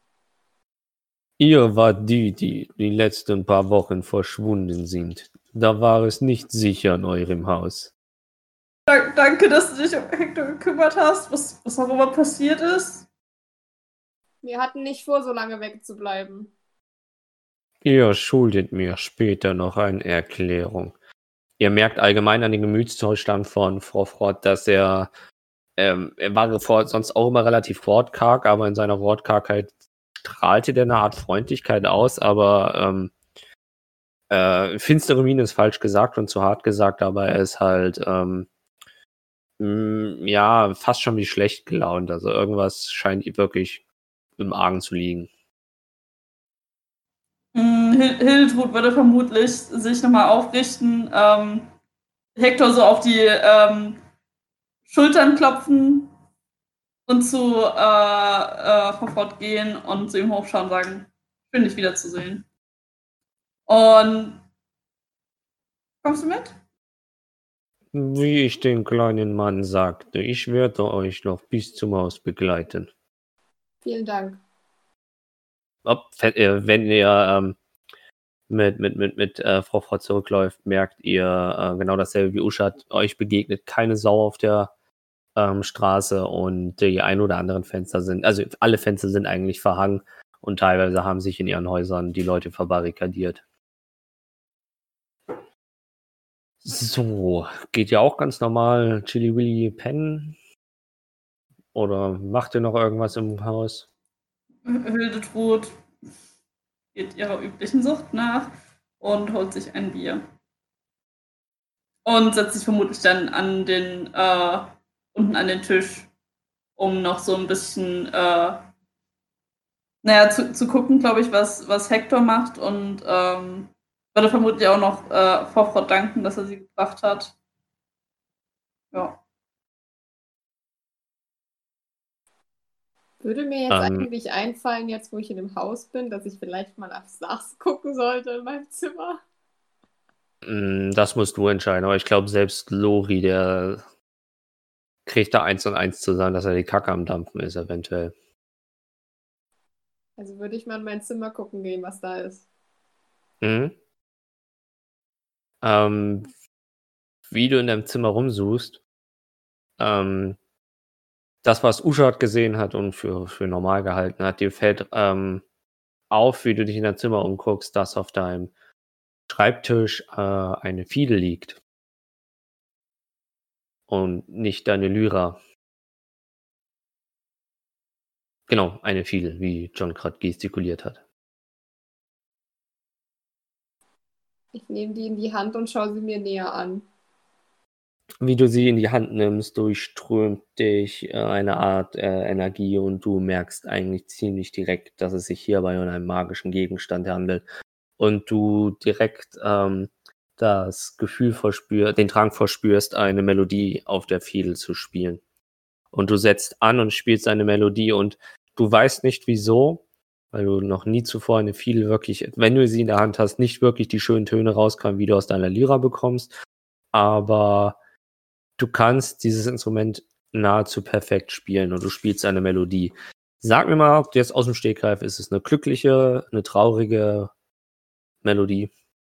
Speaker 2: Ihr wart die letzten paar Wochen verschwunden sind. Da war es nicht sicher in eurem Haus.
Speaker 4: Danke, dass du dich um Hector gekümmert hast, was auch immer passiert ist.
Speaker 1: Wir hatten nicht vor, so lange wegzubleiben.
Speaker 2: Ihr schuldet mir später noch eine Erklärung. Ihr merkt allgemein an den Gemütszustand von Frau Frott, dass er war sonst auch immer relativ wortkarg, aber in seiner Wortkargheit strahlte der eine Art Freundlichkeit aus, aber finstere Miene ist falsch gesagt und zu hart gesagt, aber er ist halt ja, fast schon wie schlecht gelaunt. Also irgendwas scheint ihm wirklich im Argen zu liegen.
Speaker 4: Hildetrud würde vermutlich sich nochmal aufrichten, Hector so auf die Schultern klopfen und zu Frau Frott gehen und zu ihm hochschauen und sagen, schön dich wiederzusehen. Und kommst du mit?
Speaker 2: Wie ich den kleinen Mann sagte, ich werde euch noch bis zum Haus begleiten.
Speaker 1: Vielen Dank.
Speaker 2: Wenn ihr mit Frau Frott zurückläuft, merkt ihr genau dasselbe wie Uschat. Euch begegnet keine Sau auf der Straße und die ein oder anderen Fenster sind, also alle Fenster sind eigentlich verhangen und teilweise haben sich in ihren Häusern die Leute verbarrikadiert. So, geht ja auch ganz normal Chili Willy pennen? Oder macht ihr noch irgendwas im Haus?
Speaker 4: Hildetrud geht ihrer üblichen Sucht nach und holt sich ein Bier. Und setzt sich vermutlich dann an den unten an den Tisch, um noch so ein bisschen zu gucken, glaube ich, was Hector macht und würde vermutlich auch noch Frau Frott danken, dass er sie gebracht hat. Ja.
Speaker 1: Würde mir jetzt eigentlich einfallen, jetzt wo ich in dem Haus bin, dass ich vielleicht mal nach Sachs gucken sollte in meinem Zimmer?
Speaker 2: Das musst du entscheiden, aber ich glaube, selbst Lori, der kriegt da 1 und 1 zusammen, dass er die Kacke am Dampfen ist, eventuell.
Speaker 1: Also würde ich mal in mein Zimmer gucken gehen, was da ist.
Speaker 2: Mhm. Ähm, wie du in deinem Zimmer rumsuchst, ähm, das, was Uschat gesehen hat und für normal gehalten hat, dir fällt auf, wie du dich in deinem Zimmer umguckst, dass auf deinem Schreibtisch eine Fiedel liegt und nicht deine Lyra. Genau, eine Fiedel, wie John gerade gestikuliert hat.
Speaker 1: Ich nehme die in die Hand und schaue sie mir näher an.
Speaker 2: Wie du sie in die Hand nimmst, durchströmt dich eine Art Energie und du merkst eigentlich ziemlich direkt, dass es sich hierbei um einen magischen Gegenstand handelt. Und du direkt das Gefühl den Drang verspürst, eine Melodie auf der Fiedel zu spielen. Und du setzt an und spielst eine Melodie und du weißt nicht wieso, weil du noch nie zuvor eine Fiedel wirklich, wenn du sie in der Hand hast, nicht wirklich die schönen Töne rauskamen, wie du aus deiner Lyra bekommst. Aber du kannst dieses Instrument nahezu perfekt spielen und du spielst eine Melodie. Sag mir mal, ob du jetzt aus dem Stegreif, ist es eine glückliche, eine traurige Melodie?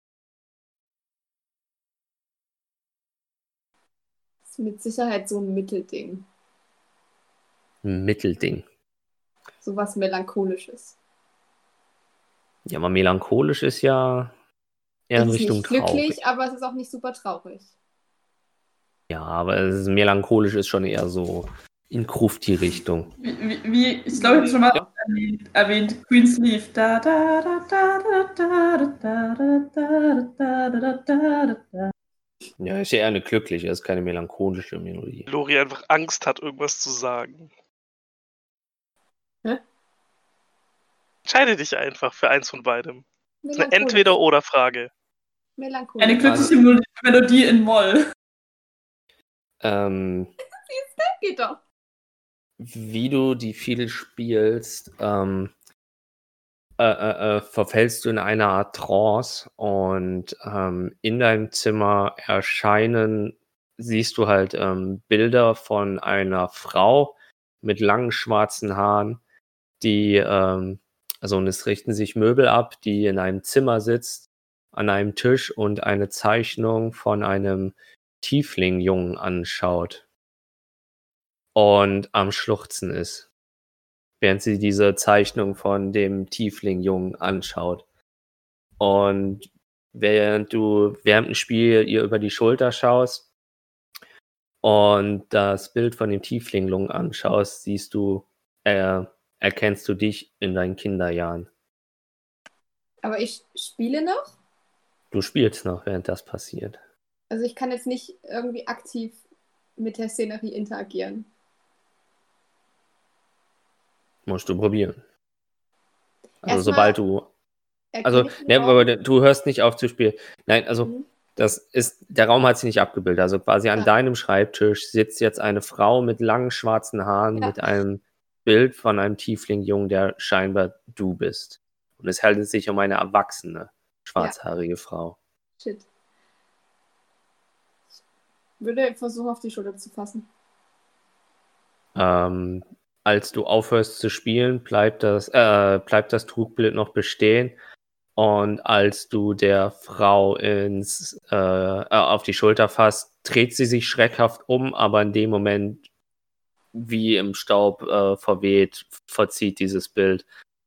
Speaker 1: Das ist mit Sicherheit so ein Mittelding.
Speaker 2: Ein Mittelding.
Speaker 1: So was Melancholisches.
Speaker 2: Ja, aber melancholisch ist ja eher
Speaker 1: Es
Speaker 2: in
Speaker 1: ist
Speaker 2: Richtung
Speaker 1: nicht glücklich,
Speaker 2: traurig.
Speaker 1: aber es ist auch nicht super traurig.
Speaker 2: Ja, aber melancholisch ist schon eher so in Gruft die Richtung.
Speaker 4: Ich glaube, ich habe schon mal
Speaker 1: Ja.
Speaker 4: erwähnt, Queen's Leaf. Da, da, da, da, da, da, da, da, da, da, da, da.
Speaker 2: Ja, ist ja eher eine glückliche, ist keine melancholische Melodie.
Speaker 5: Lori einfach Angst hat, irgendwas zu sagen.
Speaker 1: Hä?
Speaker 5: Entscheide dich einfach für eins von beidem. Das ist eine
Speaker 1: Melancholisch.
Speaker 5: Entweder-oder-Frage.
Speaker 1: Melancholisch.
Speaker 4: Eine glückliche Melodie in Moll.
Speaker 1: Geht doch.
Speaker 2: Wie du die Fiedel spielst, verfällst du in eine Art Trance und in deinem Zimmer siehst du halt Bilder von einer Frau mit langen schwarzen Haaren, und es richten sich Möbel ab, die in einem Zimmer sitzt, an einem Tisch und eine Zeichnung von einem Tieflingjungen anschaut und am Schluchzen ist, während sie diese Zeichnung von dem Tieflingjungen anschaut. Und während du während dem Spiel ihr über die Schulter schaust und das Bild von dem Tieflingjungen anschaust, erkennst du dich in deinen Kinderjahren.
Speaker 1: Aber ich spiele noch.
Speaker 2: Du spielst noch, während das passiert.
Speaker 1: Also ich kann jetzt nicht irgendwie aktiv mit der Szenerie interagieren.
Speaker 2: Musst du probieren. Also
Speaker 1: Erstmal
Speaker 2: sobald du. Also,
Speaker 1: erkenne ich den
Speaker 2: ne,
Speaker 1: Raum.
Speaker 2: aber du hörst nicht auf zu spielen. Nein, also
Speaker 1: Mhm.
Speaker 2: der Raum hat sich nicht abgebildet. Also quasi an
Speaker 1: Ja.
Speaker 2: deinem Schreibtisch sitzt jetzt eine Frau mit langen schwarzen Haaren
Speaker 1: Ja.
Speaker 2: mit einem Bild von einem Tieflingjungen, der scheinbar du bist. Und es handelt sich um eine erwachsene, schwarzhaarige Frau.
Speaker 1: Shit. Ich würde versuchen, auf die Schulter zu fassen.
Speaker 2: Als du aufhörst zu spielen, bleibt das Trugbild noch bestehen. Und als du der Frau auf die Schulter fasst, dreht sie sich schreckhaft um, aber in dem Moment, wie im Staub verweht, verzieht dieses Bild.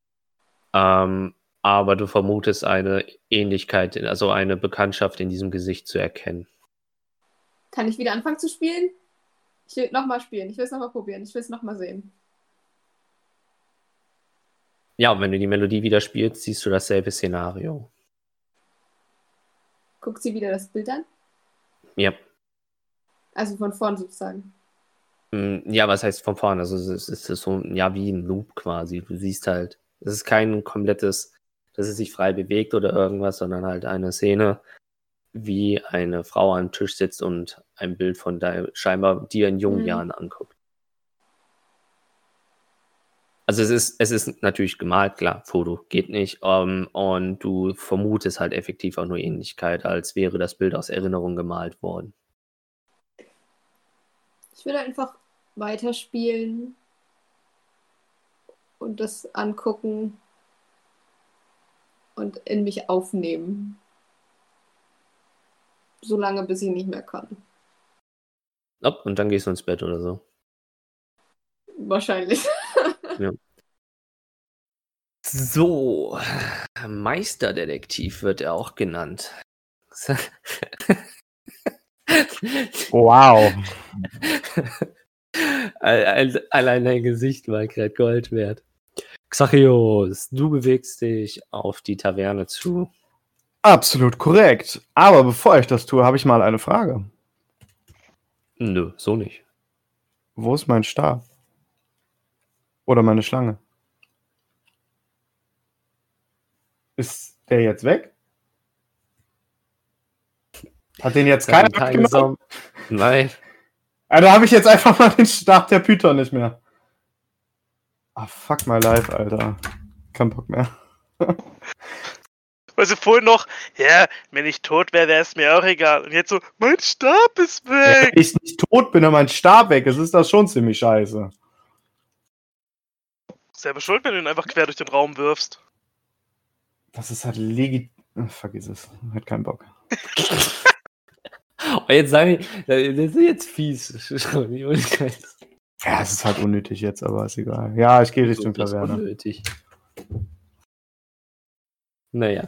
Speaker 2: Aber du vermutest eine Ähnlichkeit, also eine Bekanntschaft in diesem Gesicht zu erkennen.
Speaker 1: Kann ich wieder anfangen zu spielen? Ich will nochmal spielen. Ich will es nochmal probieren. Ich will es nochmal sehen.
Speaker 2: Ja, und wenn du die Melodie wieder spielst, siehst du dasselbe Szenario.
Speaker 1: Guckt sie wieder das Bild an?
Speaker 2: Ja.
Speaker 1: Also von vorn sozusagen.
Speaker 2: Ja, was heißt von vorne? Also es ist so, ja, wie ein Loop quasi. Du siehst halt, es ist kein komplettes, dass es sich frei bewegt oder irgendwas, sondern halt eine Szene, wie eine Frau am Tisch sitzt und ein Bild von scheinbar dir in jungen Jahren anguckt. Also es ist natürlich gemalt, klar, Foto geht nicht, und du vermutest halt effektiv auch nur Ähnlichkeit, als wäre das Bild aus Erinnerung gemalt worden.
Speaker 1: Ich würde einfach weiterspielen und das angucken. und in mich aufnehmen. Solange, bis ich nicht mehr kann.
Speaker 2: Und dann gehst du ins Bett oder so.
Speaker 1: Wahrscheinlich.
Speaker 2: So, Meisterdetektiv wird er auch genannt.
Speaker 3: Wow.
Speaker 2: Allein dein Gesicht war gerade Gold wert. Xachios, du bewegst dich auf die Taverne zu.
Speaker 3: Absolut korrekt. Aber bevor ich das tue, habe ich mal eine Frage.
Speaker 2: Nö, so nicht.
Speaker 3: Wo ist mein Stab? Oder meine Schlange? Ist der jetzt weg? Hat den jetzt keiner mitgenommen?
Speaker 2: Nein.
Speaker 3: Da habe ich jetzt einfach mal den Stab der Python nicht mehr. Ah, fuck my life, Alter. Kein Bock mehr.
Speaker 5: Weil sie vorhin noch, ja, wenn ich tot wäre, wäre es mir auch egal. Und jetzt so, mein Stab ist
Speaker 3: Ja,
Speaker 5: weg.
Speaker 3: wenn ich nicht tot bin und mein Stab weg ist, ist das schon ziemlich scheiße.
Speaker 5: Selber schuld, wenn du ihn einfach quer durch den Raum wirfst.
Speaker 3: Das ist halt vergiss es. Hat keinen Bock.
Speaker 2: Oh, jetzt sage ich, das ist jetzt fies.
Speaker 3: Ja, es ist halt unnötig jetzt, aber ist egal. Ja, ich gehe Richtung
Speaker 2: Das ist
Speaker 3: Taverne.
Speaker 2: unnötig. Naja.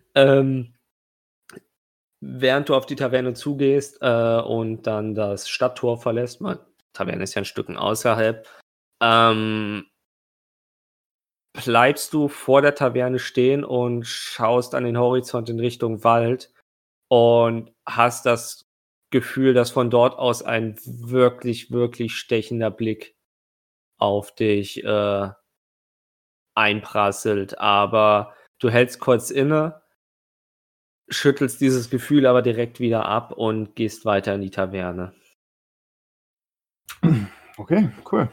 Speaker 2: Während du auf die Taverne zugehst und dann das Stadttor verlässt, weil Taverne ist ja ein Stückchen außerhalb, bleibst du vor der Taverne stehen und schaust an den Horizont in Richtung Wald und hast das Gefühl, dass von dort aus ein wirklich, wirklich stechender Blick auf dich einprasselt. Aber du hältst kurz inne, schüttelst dieses Gefühl aber direkt wieder ab und gehst weiter in die Taverne.
Speaker 3: Okay, cool.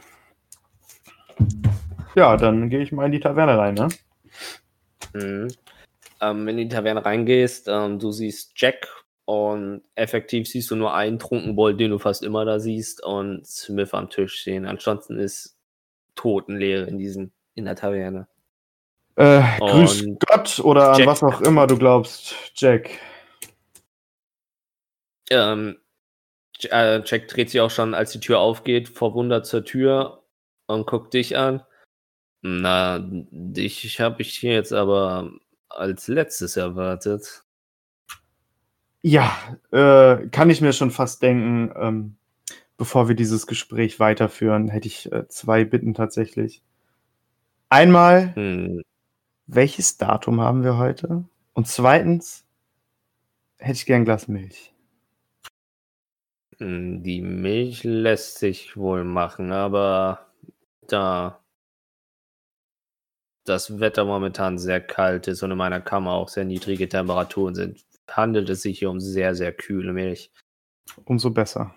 Speaker 3: Ja, dann gehe ich mal in die Taverne rein, ne?
Speaker 2: Mhm. Wenn du in die Taverne reingehst, du siehst Jack und effektiv siehst du nur einen Trunkenbold, den du fast immer da siehst, und Smith am Tisch stehen. Ansonsten ist Totenleere in der Taverne.
Speaker 3: Grüß
Speaker 2: Und
Speaker 3: Gott oder an
Speaker 2: Jack.
Speaker 3: was auch immer du glaubst, Jack.
Speaker 2: Jack dreht sich auch schon, als die Tür aufgeht, verwundert zur Tür und guckt dich an. Na, dich habe ich hier jetzt aber als letztes erwartet.
Speaker 3: Ja, kann ich mir schon fast denken. Bevor wir dieses Gespräch weiterführen, hätte ich 2 Bitten tatsächlich. Einmal, welches Datum haben wir heute? Und zweitens, hätte ich gern ein Glas Milch.
Speaker 2: Die Milch lässt sich wohl machen, aber da das Wetter momentan sehr kalt ist und in meiner Kammer auch sehr niedrige Temperaturen sind, handelt es sich hier um sehr, sehr kühle Milch.
Speaker 3: Umso besser.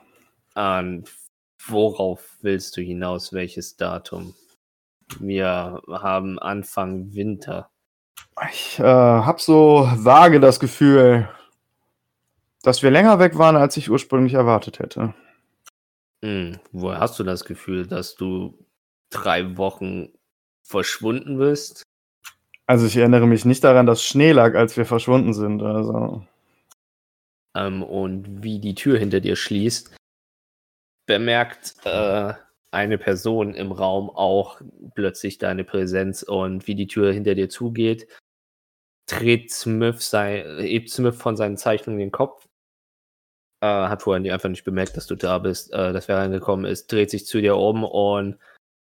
Speaker 2: Worauf willst du hinaus? Welches Datum? Wir haben Anfang Winter.
Speaker 3: Ich habe so vage das Gefühl, dass wir länger weg waren, als ich ursprünglich erwartet hätte.
Speaker 2: Woher hast du das Gefühl, dass du 3 Wochen verschwunden bist?
Speaker 3: Also ich erinnere mich nicht daran, dass Schnee lag, als wir verschwunden sind. Also.
Speaker 2: Und wie die Tür hinter dir schließt, bemerkt eine Person im Raum auch plötzlich deine Präsenz, und wie die Tür hinter dir zugeht, hebt Smith von seinen Zeichnungen den Kopf. Hat vorhin einfach nicht bemerkt, dass du da bist, dass wer reingekommen ist, dreht sich zu dir um und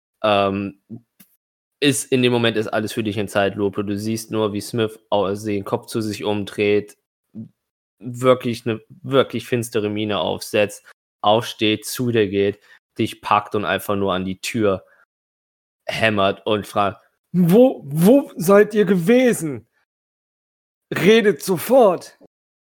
Speaker 2: ist in dem Moment ist alles für dich in Zeitlupe. Du siehst nur, wie Smith den Kopf zu sich umdreht, wirklich eine wirklich finstere Miene aufsetzt, aufsteht, zu dir geht, dich packt und einfach nur an die Tür hämmert und fragt: Wo seid ihr gewesen? Redet sofort!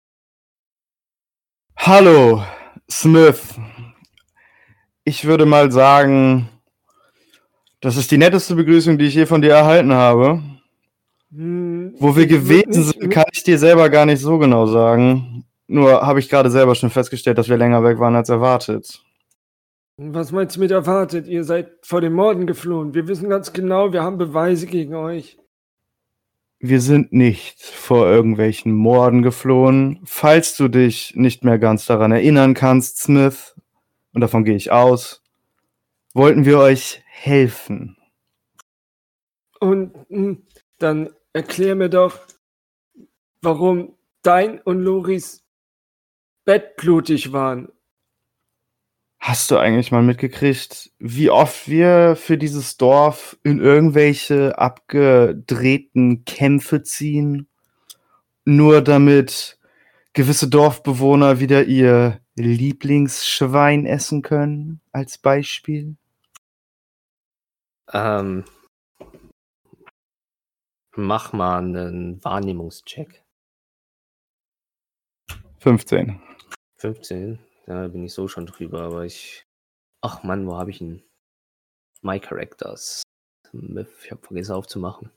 Speaker 3: Hallo, Smith. Ich würde mal sagen, das ist die netteste Begrüßung, die ich je von dir erhalten habe. Wo wir gewesen sind, kann ich dir selber gar nicht so genau sagen. Nur habe ich gerade selber schon festgestellt, dass wir länger weg waren als erwartet.
Speaker 6: Was meinst du mit erwartet? Ihr seid vor den Morden geflohen. Wir wissen ganz genau, wir haben Beweise gegen euch.
Speaker 3: Wir sind nicht vor irgendwelchen Morden geflohen. Falls du dich nicht mehr ganz daran erinnern kannst, Smith, und davon gehe ich aus, wollten wir euch helfen.
Speaker 6: Und dann erklär mir doch, warum dein und Loris Bett blutig waren.
Speaker 3: Hast du eigentlich mal mitgekriegt, wie oft wir für dieses Dorf in irgendwelche abgedrehten Kämpfe ziehen? Nur damit gewisse Dorfbewohner wieder ihr Lieblingsschwein essen können, als Beispiel?
Speaker 2: Mach mal einen Wahrnehmungscheck.
Speaker 3: 15.
Speaker 2: 15. Da bin ich so schon drüber, aber Ach Mann, wo habe ich ihn? My Characters. Ich habe vergessen aufzumachen.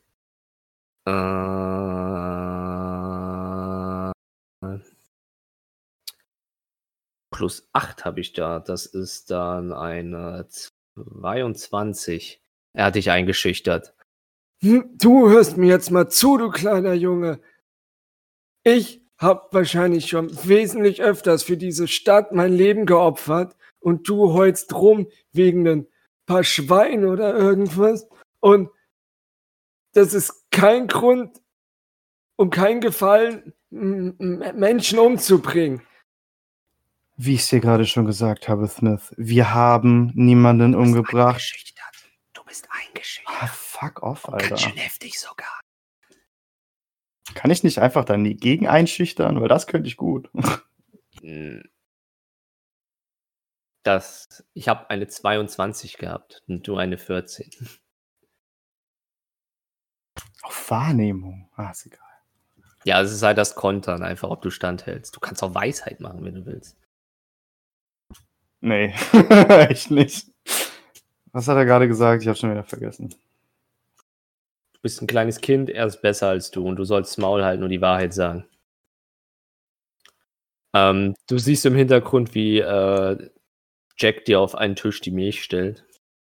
Speaker 2: Plus 8 habe ich da. Das ist dann eine 22. Er hat dich eingeschüchtert.
Speaker 6: Du hörst mir jetzt mal zu, du kleiner Junge. Ich habe wahrscheinlich schon wesentlich öfters für diese Stadt mein Leben geopfert und du heulst rum wegen ein paar Schwein oder irgendwas. Und das ist kein Grund, um keinen Gefallen, Menschen umzubringen.
Speaker 3: Wie ich es dir gerade schon gesagt habe, Smith, wir haben niemanden umgebracht.
Speaker 2: Du bist eingeschüchtert.
Speaker 3: Ah, fuck off, Alter.
Speaker 2: Ganz schön heftig sogar.
Speaker 3: Kann ich nicht einfach dann gegen einschüchtern? Weil das könnte ich gut.
Speaker 2: Ich habe eine 22 gehabt und du eine 14.
Speaker 3: Auf Wahrnehmung. Ah, ist egal.
Speaker 2: Ja, es ist halt das Kontern, einfach, ob du standhältst. Du kannst auch Weisheit machen, wenn du willst.
Speaker 3: Nee, echt nicht. Was hat er gerade gesagt? Ich habe schon wieder vergessen.
Speaker 2: Du bist ein kleines Kind, er ist besser als du und du sollst Maul halten und die Wahrheit sagen. Du siehst im Hintergrund, wie Jack dir auf einen Tisch die Milch stellt.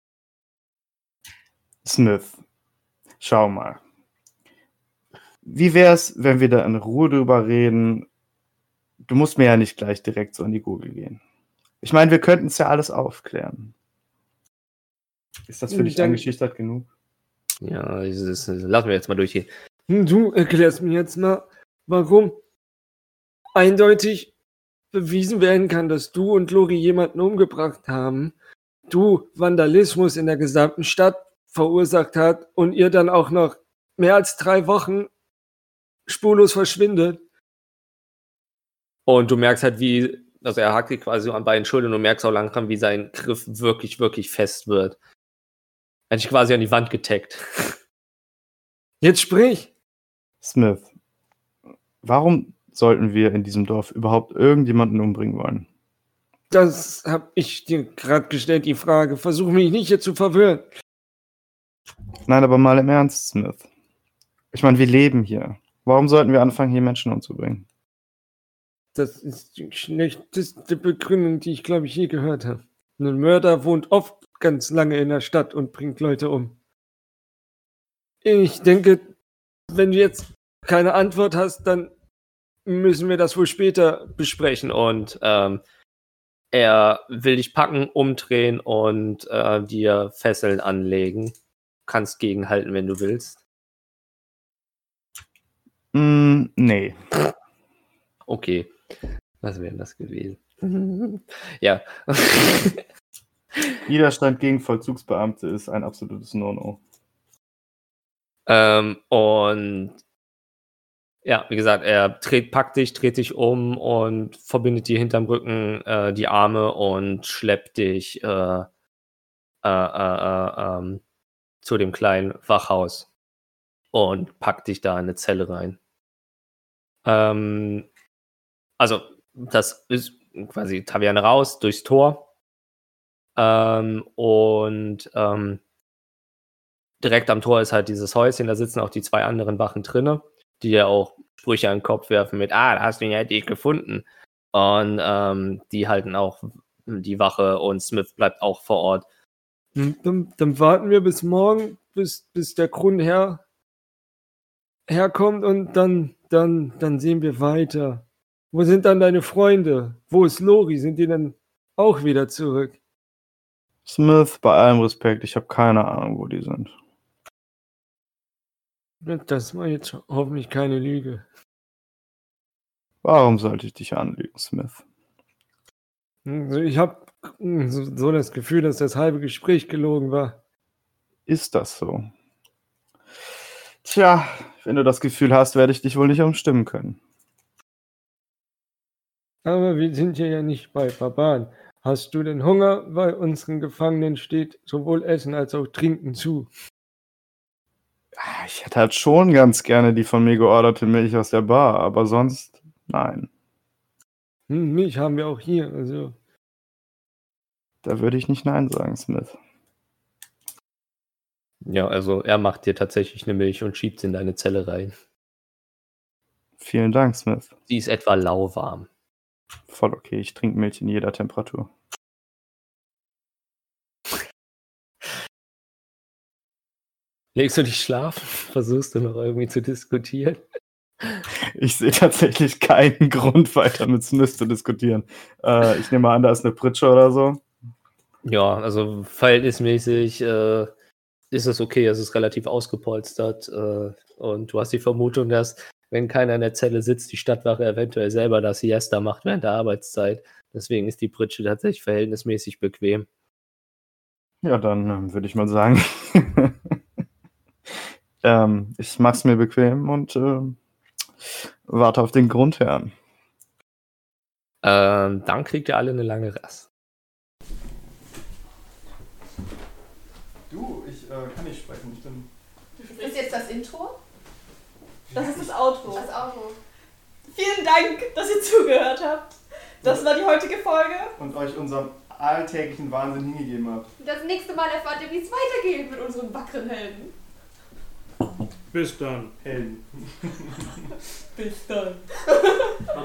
Speaker 3: Smith, schau mal. Wie wär's, wenn wir da in Ruhe drüber reden? Du musst mir ja nicht gleich direkt so in die Gurgel gehen. Ich meine, wir könnten es ja alles aufklären. Ist das für dich eingeschüchtert genug?
Speaker 2: Ja, lassen wir jetzt mal durchgehen.
Speaker 6: Du erklärst mir jetzt mal, warum eindeutig bewiesen werden kann, dass du und Lori jemanden umgebracht haben, du Vandalismus in der gesamten Stadt verursacht hat und ihr dann auch noch mehr als 3 Wochen spurlos verschwindet.
Speaker 2: Und du merkst halt, also er hakt dir quasi so an beiden Schultern und du merkst auch langsam, wie sein Griff wirklich, wirklich fest wird. Er hat dich quasi an die Wand getaggt.
Speaker 6: Jetzt sprich!
Speaker 3: Smith, warum sollten wir in diesem Dorf überhaupt irgendjemanden umbringen wollen?
Speaker 6: Das hab ich dir gerade gestellt, die Frage. Versuch mich nicht hier zu verwirren.
Speaker 3: Nein, aber mal im Ernst, Smith. Ich meine, wir leben hier. Warum sollten wir anfangen, hier Menschen umzubringen?
Speaker 6: Das ist die schlechteste Begründung, die ich, glaube ich, je gehört habe. Ein Mörder wohnt oft ganz lange in der Stadt und bringt Leute um. Ich denke, wenn du jetzt keine Antwort hast, dann müssen wir das wohl später besprechen.
Speaker 2: Und er will dich packen, umdrehen und dir Fesseln anlegen. Kannst gegenhalten, wenn du willst.
Speaker 3: Nee.
Speaker 2: Okay. Was wäre das gewesen? Ja.
Speaker 3: Widerstand gegen Vollzugsbeamte ist ein absolutes No-No.
Speaker 2: Und ja, wie gesagt, er packt dich, dreht dich um und verbindet dir hinterm Rücken die Arme und schleppt dich zu dem kleinen Wachhaus und packt dich da in eine Zelle rein. Also, das ist quasi Taverne raus, durchs Tor. Direkt am Tor ist halt dieses Häuschen, da sitzen auch die 2 anderen Wachen drinne, die ja auch Sprüche an den Kopf werfen mit, da hast du ihn ja dich gefunden. Und die halten auch die Wache und Smith bleibt auch vor Ort.
Speaker 6: Dann warten wir bis morgen, bis der Grundherr herkommt und dann sehen wir weiter. Wo sind dann deine Freunde? Wo ist Lori? Sind die dann auch wieder zurück?
Speaker 3: Smith, bei allem Respekt, ich habe keine Ahnung, wo die sind.
Speaker 6: Das war jetzt hoffentlich keine Lüge.
Speaker 3: Warum sollte ich dich anlügen, Smith?
Speaker 6: Also ich habe so das Gefühl, dass das halbe Gespräch gelogen war.
Speaker 3: Ist das so? Tja, wenn du das Gefühl hast, werde ich dich wohl nicht umstimmen können.
Speaker 6: Aber wir sind hier ja nicht bei Barbaren. Hast du denn Hunger? Weil unseren Gefangenen steht sowohl Essen als auch Trinken zu.
Speaker 3: Ich hätte halt schon ganz gerne die von mir georderte Milch aus der Bar, aber sonst nein.
Speaker 6: Milch haben wir auch hier. Also
Speaker 3: Da würde ich nicht Nein sagen, Smith.
Speaker 2: Ja, also er macht dir tatsächlich eine Milch und schiebt sie in deine Zelle rein.
Speaker 3: Vielen Dank, Smith.
Speaker 2: Sie ist etwa lauwarm.
Speaker 3: Voll okay, ich trinke Milch in jeder Temperatur.
Speaker 2: Legst du dich schlafen? Versuchst du noch irgendwie zu diskutieren?
Speaker 3: Ich sehe tatsächlich keinen Grund, weiter mit Smith zu diskutieren. Ich nehme an, da ist eine Pritsche oder so.
Speaker 2: Ja, also verhältnismäßig ist es okay, es ist relativ ausgepolstert und du hast die Vermutung, dass, wenn keiner in der Zelle sitzt, die Stadtwache eventuell selber das Siesta macht während der Arbeitszeit. Deswegen ist die Pritsche tatsächlich verhältnismäßig bequem.
Speaker 3: Ja, dann würde ich mal sagen, ich mach's mir bequem und warte auf den Grundherrn.
Speaker 2: Dann kriegt ihr alle eine lange Rast.
Speaker 3: Du, ich kann nicht sprechen. Ich bin...
Speaker 1: Ist das jetzt das Intro?
Speaker 4: Das ist das Outro.
Speaker 1: Das Auto.
Speaker 4: Vielen Dank, dass ihr zugehört habt. Das war die heutige Folge.
Speaker 3: Und euch unserem alltäglichen Wahnsinn hingegeben habt.
Speaker 1: Das nächste Mal erfahrt ihr, wie es weitergeht mit unseren wackeren Helden.
Speaker 6: bis dann.
Speaker 3: Helden.
Speaker 1: Bis dann.